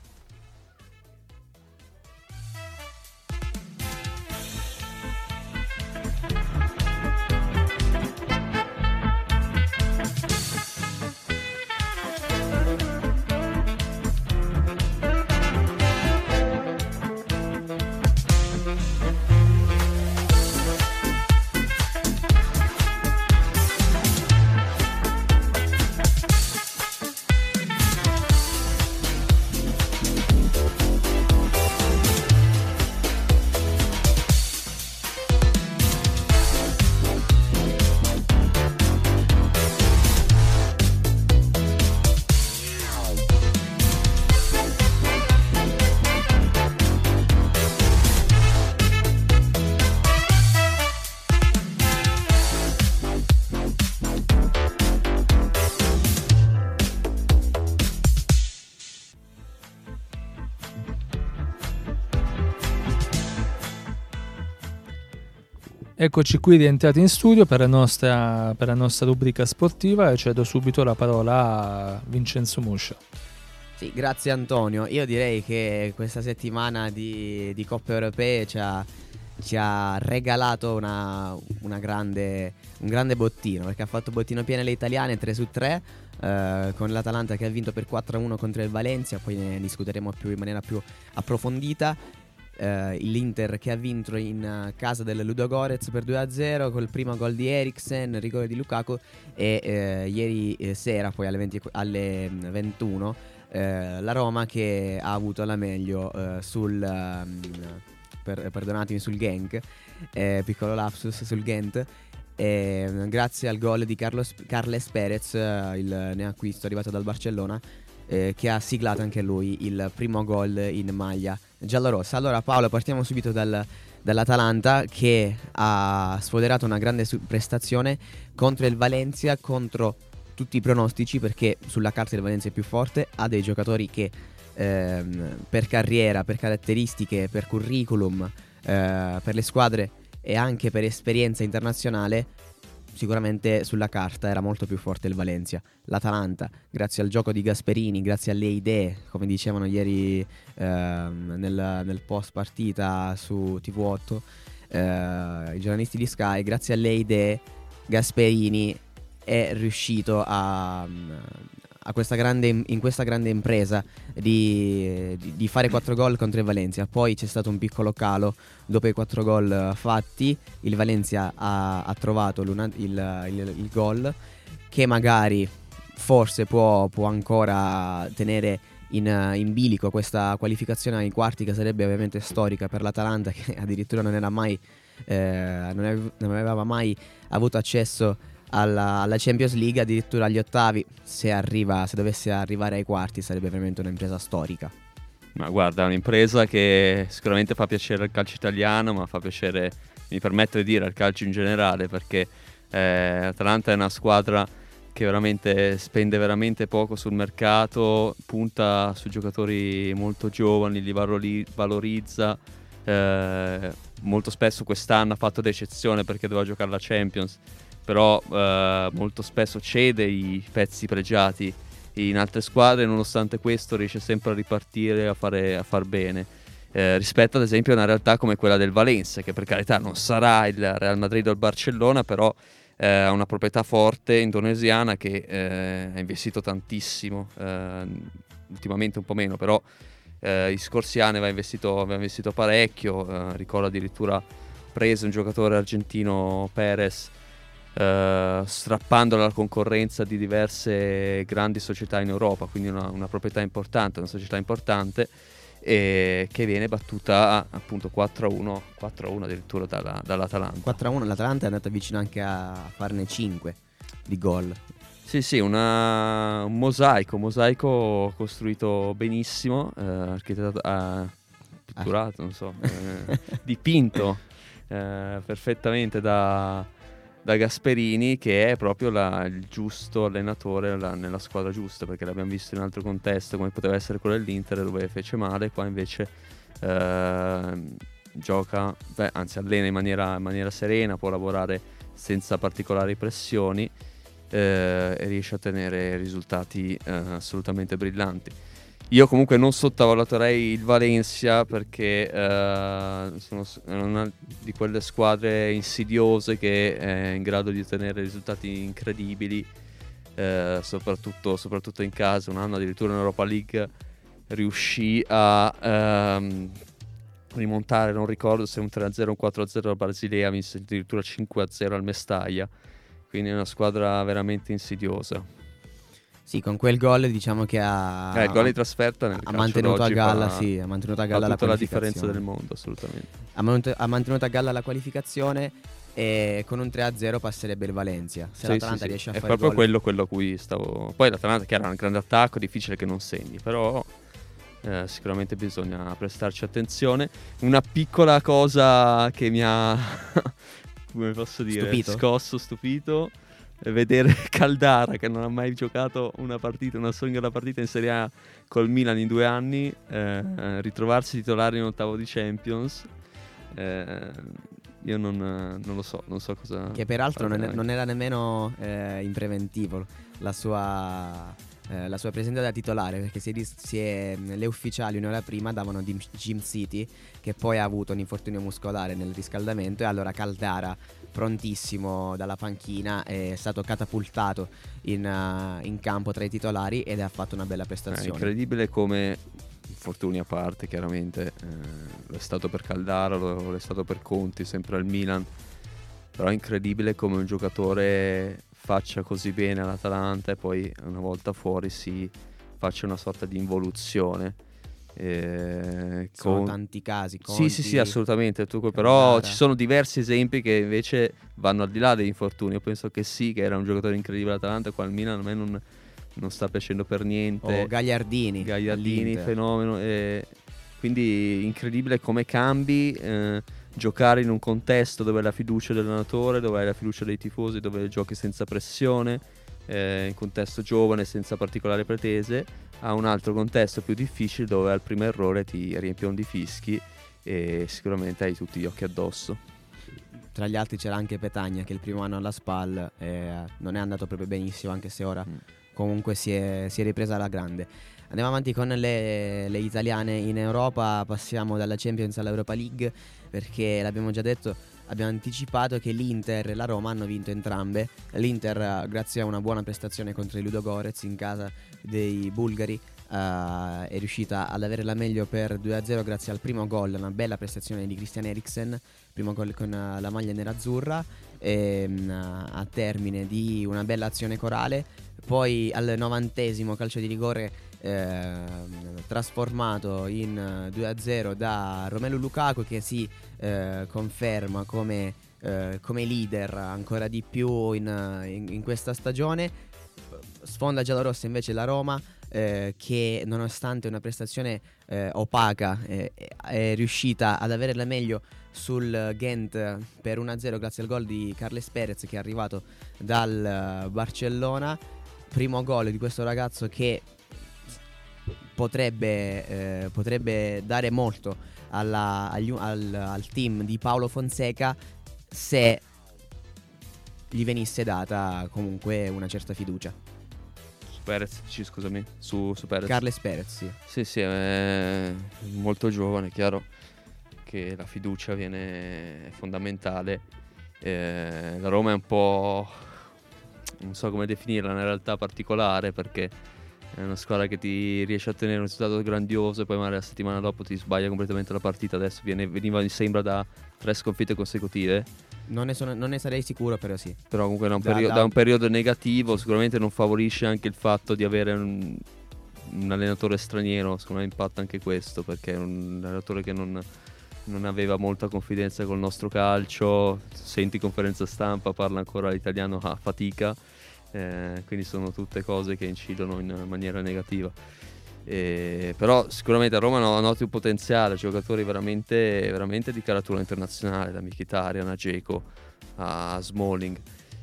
Speaker 2: Eccoci qui rientrati in studio per la nostra rubrica sportiva e cedo subito la parola a Vincenzo Muscia.
Speaker 3: Sì, grazie Antonio. Io direi che questa settimana di Coppe Europee ci ha regalato un grande bottino, perché ha fatto bottino pieno le italiane 3-3, con l'Atalanta che ha vinto per 4-1 contro il Valencia, poi ne discuteremo in maniera più approfondita. L'Inter che ha vinto in casa del Ludogorets per 2-0 col primo gol di Eriksen, rigore di Lukaku, e ieri sera poi alle 21 la Roma che ha avuto la meglio perdonatemi, sul Genk, piccolo lapsus, sul Ghent, grazie al gol di Carles Perez, il neoacquisto arrivato dal Barcellona, che ha siglato anche lui il primo gol in maglia giallorossa. Allora Paolo, partiamo subito dall'Atalanta, che ha sfoderato una grande prestazione contro il Valencia, contro tutti i pronostici, perché sulla carta il Valencia è più forte, ha dei giocatori che per carriera, per caratteristiche, per curriculum, per le squadre e anche per esperienza internazionale sicuramente sulla carta era molto più forte il Valencia. L'Atalanta, grazie al gioco di Gasperini, grazie alle idee, come dicevano ieri nel post partita su TV8, i giornalisti di Sky, grazie alle idee Gasperini è riuscito a questa in questa grande impresa di fare 4 gol contro il Valencia. Poi c'è stato un piccolo calo dopo i 4 gol fatti. Il Valencia ha trovato il gol che magari forse può ancora tenere in bilico questa qualificazione ai quarti, che sarebbe ovviamente storica per l'Atalanta, che addirittura non aveva mai avuto accesso alla Champions League, addirittura agli ottavi. Se dovesse arrivare ai quarti sarebbe veramente un'impresa storica.
Speaker 1: Ma guarda, è un'impresa che sicuramente fa piacere al calcio italiano, ma fa piacere, mi permetto di dire, al calcio in generale, perché l'Atalanta è una squadra che veramente spende veramente poco sul mercato, punta su giocatori molto giovani, li valorizza. Molto spesso quest'anno ha fatto d'eccezione perché doveva giocare la Champions, però molto spesso cede i pezzi pregiati in altre squadre, nonostante questo riesce sempre a ripartire, a far bene, rispetto ad esempio a una realtà come quella del Valencia, che per carità non sarà il Real Madrid o il Barcellona, però ha una proprietà forte indonesiana che ha investito tantissimo, ultimamente un po' meno, però gli scorsi anni aveva investito parecchio. Ricordo addirittura preso un giocatore argentino, Perez, strappandolo alla concorrenza di diverse grandi società in Europa, quindi una proprietà importante, una società importante, e che viene battuta appunto 4-1 addirittura dall'Atalanta.
Speaker 3: 4-1, l'Atalanta è andata vicino anche a farne 5 di gol.
Speaker 1: Sì, un mosaico costruito benissimo, architettato, pitturato, non so, dipinto perfettamente da Gasperini, che è proprio il giusto allenatore nella squadra giusta, perché l'abbiamo visto in un altro contesto come poteva essere quello dell'Inter, dove fece male. Qua invece gioca, allena in maniera serena, può lavorare senza particolari pressioni, e riesce a ottenere risultati assolutamente brillanti. Io comunque non sottovaluterei il Valencia, perché è una di quelle squadre insidiose che è in grado di ottenere risultati incredibili, soprattutto in casa. Un anno addirittura in Europa League riuscì a rimontare, non ricordo se un 3-0 o un 4-0 al Basilea, vinse addirittura 5-0 al Mestalla, quindi è una squadra veramente insidiosa.
Speaker 3: Sì, con quel gol diciamo che
Speaker 1: il gol di trasferta nel
Speaker 3: ha mantenuto a galla, ha mantenuto a galla la
Speaker 1: tutta la
Speaker 3: qualificazione.
Speaker 1: differenza del mondo, assolutamente.
Speaker 3: Ha mantenuto a galla la qualificazione, e con un 3-0 passerebbe il Valencia. Se l'Atalanta riesce a fare
Speaker 1: è proprio
Speaker 3: il gol,
Speaker 1: quello a cui stavo. Poi l'Atalanta, che era un grande attacco, difficile che non segni, però sicuramente bisogna prestarci attenzione. Una piccola cosa che mi ha come posso dire, stupito, vedere Caldara, che non ha mai giocato una singola partita in Serie A col Milan in 2 anni, ritrovarsi titolare in ottavo di Champions. Io non lo so cosa.
Speaker 3: Che peraltro non era nemmeno in preventivo la sua presenza da titolare, perché le ufficiali un'ora prima davano di Jim City, che poi ha avuto un infortunio muscolare nel riscaldamento, e allora Caldara, prontissimo dalla panchina, è stato catapultato in campo tra i titolari ed ha fatto una bella prestazione.
Speaker 1: È incredibile come, infortuni a parte chiaramente, lo è stato per Caldara, lo è stato per Conti, sempre al Milan, però è incredibile come un giocatore faccia così bene all'Atalanta e poi una volta fuori si faccia una sorta di involuzione.
Speaker 3: Sono tanti casi. Conti,
Speaker 1: sì, assolutamente. Però
Speaker 3: Caldara.
Speaker 1: ci sono diversi esempi che invece vanno al di là degli infortuni. Io penso che sì, che era un giocatore incredibile all'Atalanta, qua al Milan a me non sta piacendo per niente.
Speaker 3: Gagliardini,
Speaker 1: fenomeno. Quindi incredibile come cambi, giocare in un contesto dove hai la fiducia dell'allenatore, dove hai la fiducia dei tifosi, dove giochi senza pressione, in contesto giovane senza particolari pretese, a un altro contesto più difficile dove al primo errore ti riempiono di fischi e sicuramente hai tutti gli occhi addosso.
Speaker 3: tra gli altri c'era anche Petagna, che il primo anno alla SPAL non è andato proprio benissimo, anche se ora comunque si è ripresa alla grande. Andiamo avanti con le italiane in Europa, passiamo dalla Champions all'Europa League, perché l'abbiamo già detto, abbiamo anticipato che l'Inter e la Roma hanno vinto entrambe. L'Inter, grazie a una buona prestazione contro il Ludogorets in casa dei bulgari, è riuscita ad avere la meglio per 2-0 grazie al primo gol, una bella prestazione di Christian Eriksen, primo gol con la maglia nerazzurra, a termine di una bella azione corale. Poi al 90° calcio di rigore trasformato in 2-0 da Romelu Lukaku, che si conferma come leader ancora di più in questa stagione. Sfonda giallorossa invece la Roma, che nonostante una prestazione opaca è riuscita ad avere la meglio sul Ghent per 1-0 grazie al gol di Carles Perez, che è arrivato dal Barcellona. Primo gol di questo ragazzo che potrebbe dare molto al team di Paulo Fonseca, se gli venisse data comunque una certa fiducia.
Speaker 1: Su Perez, scusami, su Perez.
Speaker 3: Carles Perez, sì.
Speaker 1: Sì, è molto giovane, chiaro che la fiducia è fondamentale. La Roma è un po', non so come definirla, una realtà particolare, perché è una squadra che ti riesce a ottenere un risultato grandioso e poi magari la settimana dopo ti sbaglia completamente la partita. Adesso veniva, mi sembra, da 3 sconfitte consecutive.
Speaker 3: Non ne sarei sicuro, però sì.
Speaker 1: Però comunque da un periodo negativo. Sicuramente non favorisce anche il fatto di avere un allenatore straniero. Secondo me impatta anche questo, perché è un allenatore che non aveva molta confidenza col nostro calcio. Senti conferenza stampa, parla ancora l'italiano a fatica, quindi sono tutte cose che incidono in maniera negativa. Però sicuramente a Roma noti un potenziale, giocatori veramente, veramente di caratura internazionale, da Mkhitaryan a Dzeko a Smalling,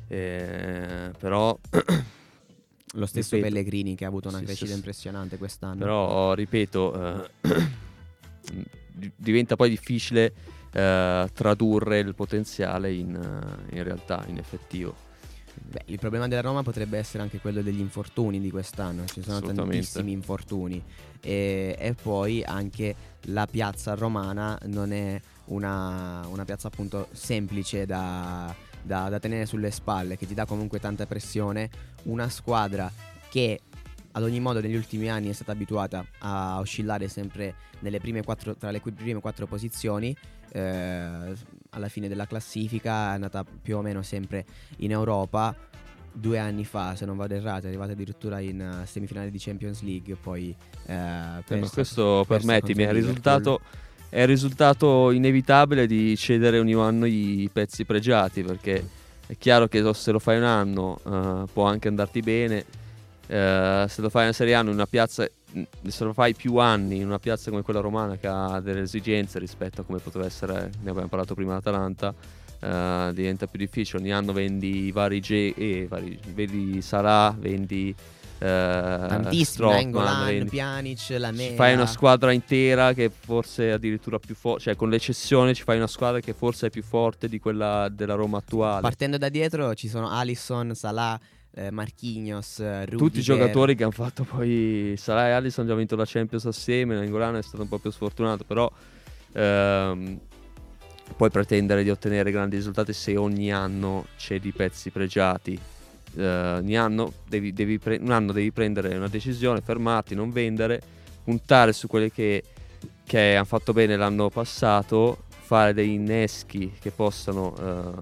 Speaker 1: però
Speaker 3: lo stesso
Speaker 1: ripeto,
Speaker 3: Pellegrini, che ha avuto una crescita
Speaker 1: sì.
Speaker 3: impressionante quest'anno.
Speaker 1: Però ripeto, diventa poi difficile tradurre il potenziale in realtà, in effettivo.
Speaker 3: Beh, il problema della Roma potrebbe essere anche quello degli infortuni di quest'anno. Ci sono tantissimi infortuni, e poi anche la piazza romana non è una piazza appunto semplice da tenere sulle spalle, che ti dà comunque tanta pressione. Una squadra che ad ogni modo negli ultimi anni è stata abituata a oscillare sempre tra le prime 4 posizioni. Alla fine della classifica è andata più o meno sempre in Europa. 2 anni fa, se non vado errato, è arrivata addirittura in semifinale di Champions League. Poi
Speaker 1: ma questo, permettimi, è il risultato inevitabile di cedere ogni anno i pezzi pregiati, perché è chiaro che se lo fai un anno può anche andarti bene. Se lo fai una Serie A in una piazza, se lo fai più anni in una piazza come quella romana, che ha delle esigenze rispetto a come poteva essere, ne abbiamo parlato prima, l'Atalanta, diventa più difficile. Ogni anno vendi i vari vedi Salah, vendi
Speaker 3: tantissimi, Nainggolan, Pjanic, Lamela.
Speaker 1: Fai una squadra intera che forse è addirittura più forte, cioè con l'eccezione ci fai una squadra che forse è più forte di quella della Roma attuale.
Speaker 3: Partendo da dietro ci sono Alisson, Salah, Marquinhos, Rudiger.
Speaker 1: Tutti i giocatori che hanno fatto poi. Salah e Alisson hanno già vinto la Champions assieme. Nainggolan è stato un po' più sfortunato, però puoi pretendere di ottenere grandi risultati se ogni anno cedi pezzi pregiati. Ogni anno devi prendere una decisione, fermarti, non vendere, puntare su quelle che hanno fatto bene l'anno passato, fare dei inneschi che possano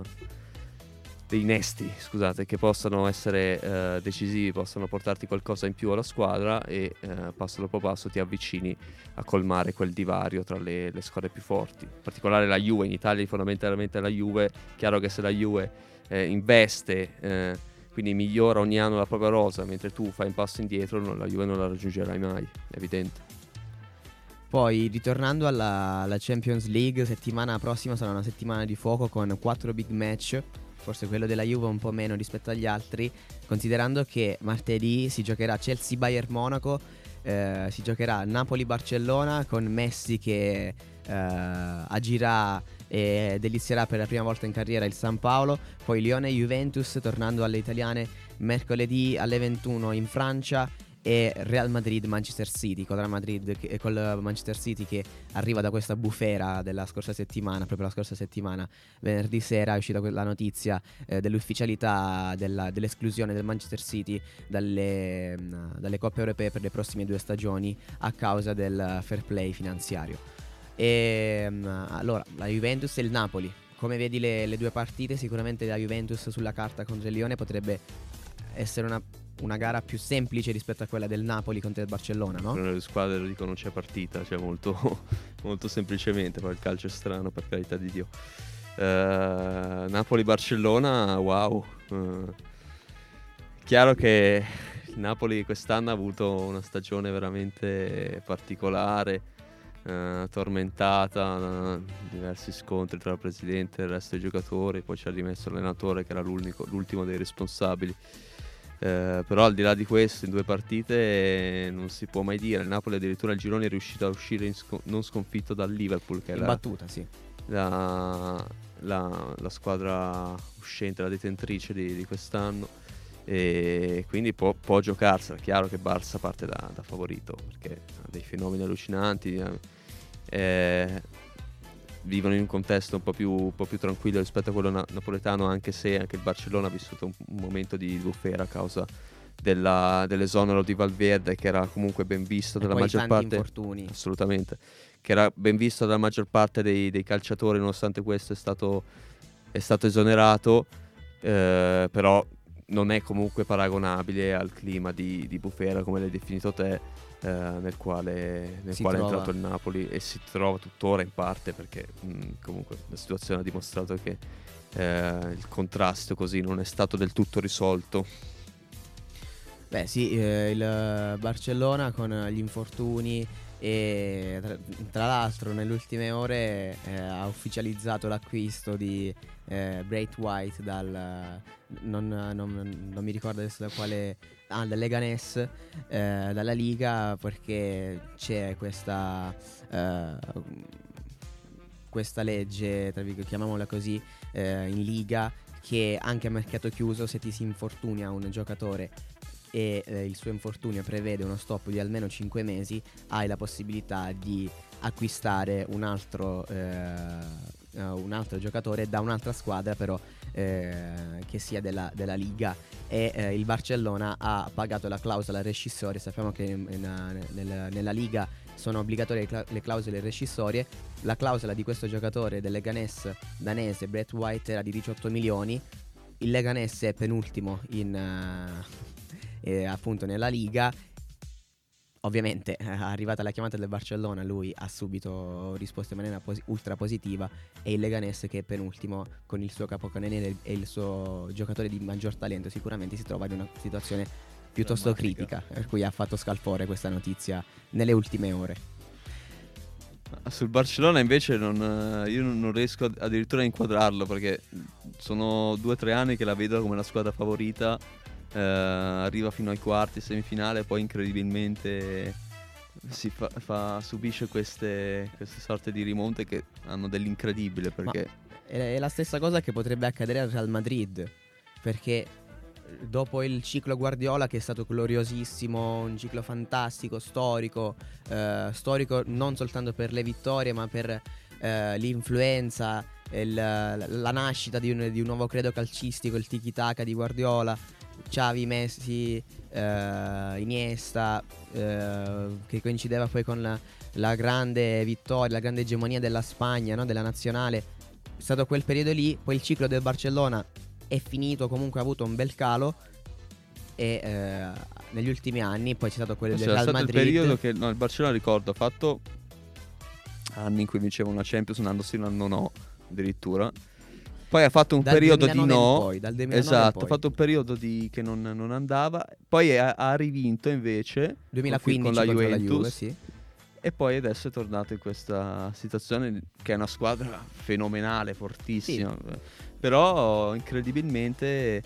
Speaker 1: che possano essere decisivi, possano portarti qualcosa in più alla squadra, e passo dopo passo ti avvicini a colmare quel divario tra le squadre più forti. In particolare la Juve, in Italia fondamentalmente la Juve. Chiaro che se la Juve investe, quindi migliora ogni anno la propria rosa, mentre tu fai un passo indietro, la Juve non la raggiungerai mai, è evidente.
Speaker 3: Poi ritornando alla Champions League, settimana prossima sarà una settimana di fuoco con 4 big match. Forse quello della Juve un po' meno rispetto agli altri, considerando che martedì si giocherà Chelsea-Bayern Monaco, si giocherà Napoli-Barcellona con Messi che agirà e delizierà per la prima volta in carriera il San Paolo, poi Lione-Juventus tornando alle italiane mercoledì alle 21 in Francia, e Real Madrid-Manchester City, col Manchester City che arriva da questa bufera della scorsa settimana. Proprio la scorsa settimana, venerdì sera, è uscita la notizia dell'ufficialità dell'esclusione del Manchester City dalle coppe europee per le prossime 2 stagioni a causa del fair play finanziario. E allora, la Juventus e il Napoli, come vedi le 2 partite? Sicuramente la Juventus sulla carta contro il Lione potrebbe essere una gara più semplice rispetto a quella del Napoli contro il Barcellona, no?
Speaker 1: Le squadre lo dicono, c'è partita, cioè molto, molto semplicemente. Poi il calcio è strano, per carità di Dio. Napoli-Barcellona, wow. Chiaro che il Napoli quest'anno ha avuto una stagione veramente particolare, tormentata, diversi scontri tra il presidente e il resto dei giocatori. Poi ci ha rimesso l'allenatore che era l'ultimo dei responsabili. Però al di là di questo, in 2 partite non si può mai dire. Il Napoli addirittura al girone è riuscito a uscire non sconfitto dal Liverpool, che è
Speaker 3: battuta, sì,
Speaker 1: la squadra uscente, la detentrice di quest'anno, e quindi può giocarsela. Chiaro che Barça parte da favorito, perché ha dei fenomeni allucinanti, vivono in un contesto un po' più tranquillo rispetto a quello napoletano, anche se anche il Barcellona ha vissuto un momento di bufera a causa dell'esonero di Valverde, che era comunque ben visto dalla maggior parte,
Speaker 3: infortuni.
Speaker 1: Assolutamente, che era ben visto dalla maggior parte dei calciatori. Nonostante questo è stato esonerato, però non è comunque paragonabile al clima di bufera, come l'hai definito te, nel quale è entrato il Napoli, e si trova tuttora in parte, perché comunque la situazione ha dimostrato che il contrasto così non è stato del tutto risolto.
Speaker 3: Beh sì, il Barcellona con gli infortuni, e tra l'altro nelle ultime ore ha ufficializzato l'acquisto di Braith White non mi ricordo adesso da quale, dal Leganés, dalla Liga, perché c'è questa legge, chiamiamola così, in Liga, che anche a mercato chiuso, se ti si infortuna un giocatore e il suo infortunio prevede uno stop di almeno 5 mesi, hai la possibilità di acquistare un altro giocatore da un'altra squadra, però che sia della Liga, e il Barcellona ha pagato la clausola rescissoria. Sappiamo che nella Liga sono obbligatorie le clausole rescissorie. La clausola di questo giocatore del Leganés danese, Braith White, era di 18 milioni. Il Leganés è penultimo appunto nella Liga. Ovviamente arrivata la chiamata del Barcellona, lui ha subito risposto in maniera ultra positiva, e il Leganés, che è penultimo con il suo capocannoniere e il suo giocatore di maggior talento, sicuramente si trova in una situazione piuttosto critica, per cui ha fatto scalpore questa notizia nelle ultime ore.
Speaker 1: Sul Barcellona invece io non riesco addirittura a inquadrarlo, perché sono 2 o 3 anni che la vedo come la squadra favorita. Arriva fino ai quarti, semifinale, poi incredibilmente subisce queste sorte di rimonte che hanno dell'incredibile, perché
Speaker 3: è la stessa cosa che potrebbe accadere al Real Madrid, perché dopo il ciclo Guardiola, che è stato gloriosissimo, un ciclo fantastico, storico non soltanto per le vittorie, ma per l'influenza, la nascita di un nuovo credo calcistico, il tiki-taka di Guardiola, Xavi, Messi, Iniesta, che coincideva poi con la grande vittoria, la grande egemonia della Spagna, no? Della nazionale. È stato quel periodo lì. Poi il ciclo del Barcellona è finito, comunque ha avuto un bel calo, e negli ultimi anni poi c'è stato quello del Real Madrid.
Speaker 1: Il periodo che il Barcellona, ricordo, ha fatto anni in cui vinceva una Champions, un anno sì, un anno no, addirittura. Poi ha fatto un periodo di no,
Speaker 3: dal 2009
Speaker 1: esatto, ha fatto un periodo che non andava, poi ha rivinto invece
Speaker 3: 2015
Speaker 1: con la
Speaker 3: contro
Speaker 1: Juventus,
Speaker 3: Juve, sì.
Speaker 1: E poi adesso è tornato in questa situazione, che è una squadra fenomenale, fortissima, sì. Però incredibilmente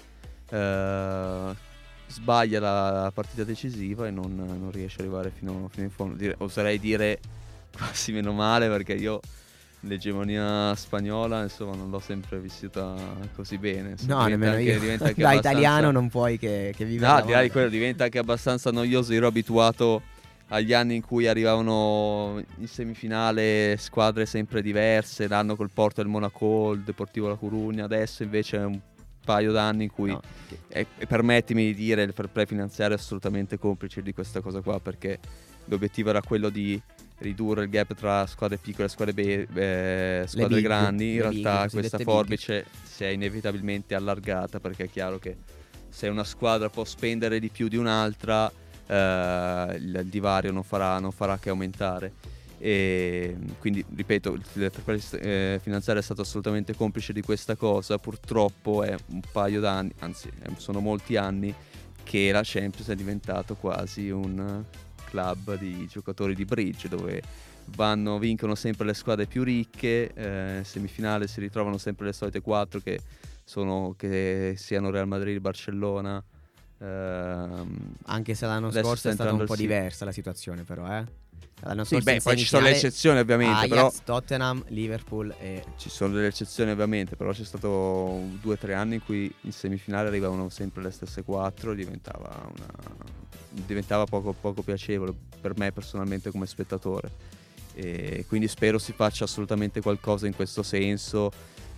Speaker 1: sbaglia la partita decisiva e non riesce ad arrivare fino in fondo. Oserei dire quasi meno male, perché io l'egemonia spagnola, insomma, non l'ho sempre vissuta così bene.
Speaker 3: No, nemmeno io.
Speaker 1: Diventa anche
Speaker 3: Da
Speaker 1: abbastanza...
Speaker 3: italiano non puoi che vivere.
Speaker 1: No, al di là di quello diventa anche abbastanza noioso. Io ero abituato agli anni in cui arrivavano in semifinale squadre sempre diverse, l'anno col Porto del Monaco, il Deportivo La Coruña. Adesso invece è un paio d'anni in cui,
Speaker 3: No.
Speaker 1: e permettimi di dire, il fair play finanziario è assolutamente complice di questa cosa qua, perché l'obiettivo era quello di ridurre il gap tra squadre piccole e squadre
Speaker 3: big,
Speaker 1: grandi. In
Speaker 3: le big,
Speaker 1: realtà
Speaker 3: le
Speaker 1: questa
Speaker 3: cosiddette
Speaker 1: forbice si è inevitabilmente allargata, perché è chiaro che se una squadra può spendere di più di un'altra, il divario non farà che aumentare. E quindi, ripeto, il fair play finanziario è stato assolutamente complice di questa cosa. Purtroppo è un paio d'anni, anzi sono molti anni, che la Champions è diventato quasi un club di giocatori di bridge, dove vincono sempre le squadre più ricche, semifinale si ritrovano sempre le solite 4 che siano Real Madrid, Barcellona.
Speaker 3: Anche se l'anno
Speaker 1: Adesso
Speaker 3: scorso
Speaker 1: sta
Speaker 3: è stata un
Speaker 1: entrando
Speaker 3: po'
Speaker 1: il
Speaker 3: diversa la situazione, però, L'anno
Speaker 1: Sì,
Speaker 3: scorso in
Speaker 1: poi ci sono le
Speaker 3: semifinale
Speaker 1: eccezioni ovviamente,
Speaker 3: Ajax,
Speaker 1: però
Speaker 3: Tottenham, Liverpool e
Speaker 1: ci sono delle eccezioni ovviamente, però c'è stato 2 o 3 anni in cui in semifinale arrivavano sempre le stesse 4, diventava poco piacevole per me personalmente come spettatore, e quindi spero si faccia assolutamente qualcosa in questo senso,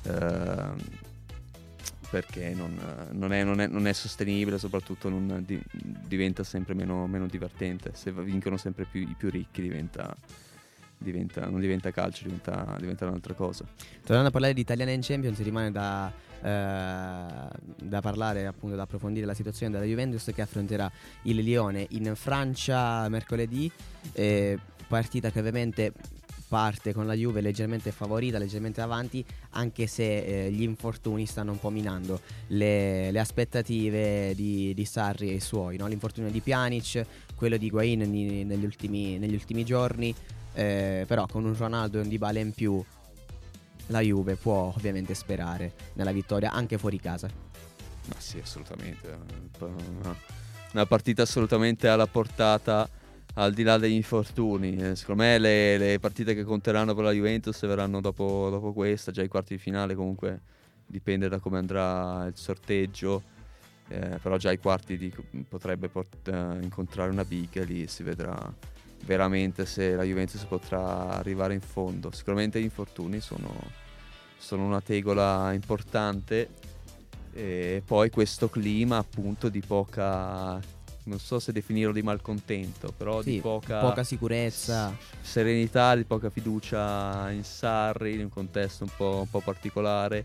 Speaker 1: perché non è sostenibile, soprattutto diventa sempre meno divertente. Se vincono sempre i più ricchi non diventa calcio, diventa un'altra cosa.
Speaker 3: tornando a parlare di italiani in Champions, rimane da parlare, appunto, da approfondire la situazione della Juventus, che affronterà il Lione in Francia mercoledì, partita che ovviamente parte con la Juve leggermente favorita, leggermente avanti, anche se gli infortuni stanno un po' minando le aspettative di Sarri e i suoi, no? L'infortunio di Pjanic, quello di Higuaín negli ultimi giorni, però con un Ronaldo e un Dybala in più la Juve può ovviamente sperare nella vittoria anche fuori casa.
Speaker 1: Ma sì, assolutamente. Una partita assolutamente alla portata, al di là degli infortuni. Secondo me le partite che conteranno per la Juventus verranno dopo questa, già i quarti di finale comunque dipende da come andrà il sorteggio, però già i quarti potrebbe incontrare una big, e lì si vedrà veramente se la Juventus potrà arrivare in fondo. Sicuramente gli infortuni sono una tegola importante, e poi questo clima appunto di poca, non so se definirlo di malcontento, però
Speaker 3: Sì,
Speaker 1: di
Speaker 3: poca sicurezza.
Speaker 1: serenità, di poca fiducia in Sarri, in un contesto un po' particolare,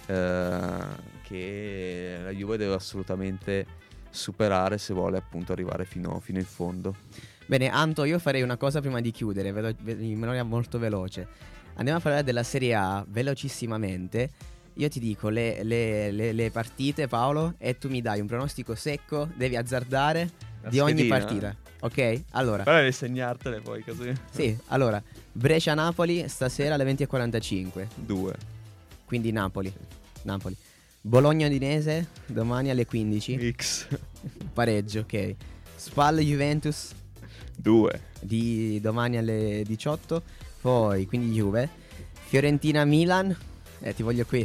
Speaker 1: che la Juve deve assolutamente superare se vuole appunto arrivare fino in fondo.
Speaker 3: Bene, Anto, io farei una cosa prima di chiudere, in maniera molto veloce. Andiamo a parlare della Serie A velocissimamente. Io ti dico le partite, Paolo, e tu mi dai un pronostico secco, devi azzardare
Speaker 1: La
Speaker 3: di ogni
Speaker 1: schedina.
Speaker 3: partita. Ok? Allora,
Speaker 1: Però devi segnartele poi così.
Speaker 3: sì, allora, Brescia-Napoli stasera alle 20:45.
Speaker 1: 2.
Speaker 3: Quindi Napoli. Bologna-Udinese domani alle 15.
Speaker 1: X.
Speaker 3: Pareggio, ok. Spal-Juventus
Speaker 1: 2.
Speaker 3: di domani alle 18. Poi, quindi Juve. Fiorentina-Milan. Ti voglio qui.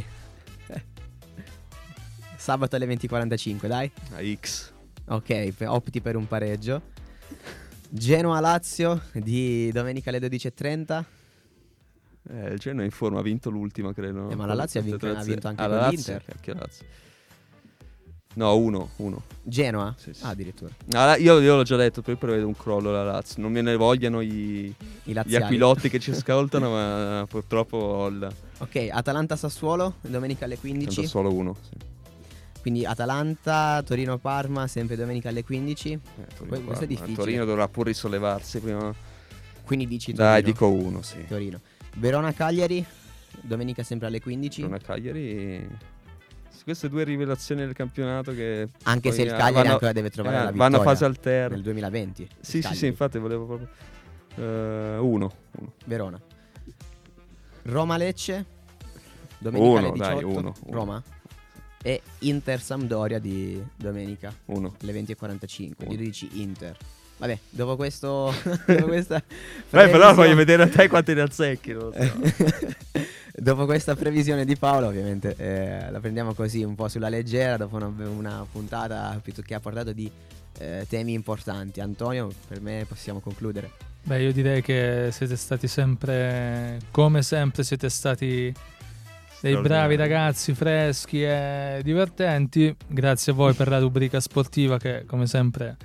Speaker 3: Sabato alle 20:45, dai.
Speaker 1: A X.
Speaker 3: Ok, opti per un pareggio. Genoa-Lazio di domenica alle 12:30.
Speaker 1: Il Genoa è in forma, ha vinto l'ultima, credo.
Speaker 3: Ma la Lazio ha vinto anche
Speaker 1: la
Speaker 3: con
Speaker 1: Lazio,
Speaker 3: l'Inter.
Speaker 1: cacchio, Lazio. No, 1.
Speaker 3: Genoa?
Speaker 1: Sì, sì.
Speaker 3: Ah, addirittura.
Speaker 1: Io l'ho già detto, poi prevedo un crollo la Lazio. Non me ne vogliano
Speaker 3: I
Speaker 1: gli
Speaker 3: laziali.
Speaker 1: aquilotti che ci ascoltano, ma purtroppo ho
Speaker 3: Ok, Atalanta-Sassuolo domenica alle 15.
Speaker 1: tanto solo 1. Sì.
Speaker 3: Quindi Atalanta, Torino-Parma sempre domenica alle 15.
Speaker 1: Torino,
Speaker 3: Questo è difficile.
Speaker 1: Torino dovrà pure risollevarsi prima.
Speaker 3: Quindi dici Torino.
Speaker 1: Dai, dico 1, sì.
Speaker 3: Torino. Verona-Cagliari domenica sempre alle 15.
Speaker 1: Torino a Cagliari. Queste 2 rivelazioni del campionato che
Speaker 3: Anche
Speaker 1: poi
Speaker 3: se il Cagliari ancora deve trovare la vittoria.
Speaker 1: vanno a fase alterna.
Speaker 3: Nel 2020.
Speaker 1: Sì,
Speaker 3: il Cagliari.
Speaker 1: infatti volevo proprio 1.
Speaker 3: Verona. Roma-Lecce domenica alle 18.
Speaker 1: Dai, 1.
Speaker 3: Roma. E Inter-Sampdoria di domenica
Speaker 1: 1.
Speaker 3: alle 20:45. Quindi
Speaker 1: Uno.
Speaker 3: tu dici Inter. Vabbè, dopo questo dopo questa
Speaker 1: Beh, però
Speaker 3: previsione-
Speaker 1: voglio vedere a te quanti ne azzecchi. Non lo so.
Speaker 3: Dopo questa previsione di Paolo, ovviamente, la prendiamo così un po' sulla leggera, dopo una puntata che ha portato di temi importanti. Antonio, per me possiamo concludere.
Speaker 2: Beh, io direi che siete stati sempre, come sempre, siete stati dei bravi ragazzi, freschi e divertenti. Grazie a voi per la rubrica sportiva che, come sempre,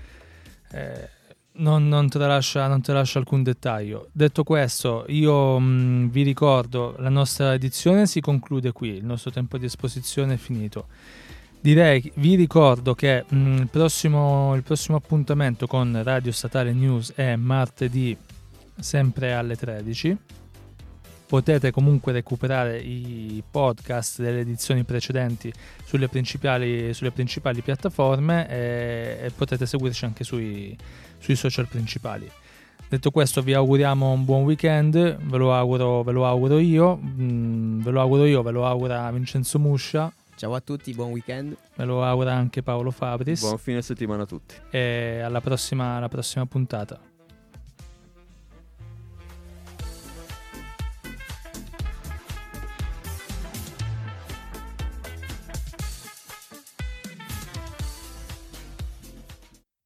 Speaker 2: non tralascia alcun dettaglio. Detto questo, io vi ricordo, la nostra edizione si conclude qui, il nostro tempo di esposizione è finito. Vi ricordo che il prossimo appuntamento con Radio Statale News è martedì, sempre alle 13. Potete comunque recuperare i podcast delle edizioni precedenti sulle principali piattaforme e potete seguirci anche sui social principali. Detto questo, vi auguriamo un buon weekend, ve lo auguro io, ve lo augura Vincenzo Muscia,
Speaker 3: Ciao a tutti, buon weekend.
Speaker 2: me lo augura anche Paolo Fabris
Speaker 1: Buon fine settimana a tutti.
Speaker 2: e alla prossima puntata.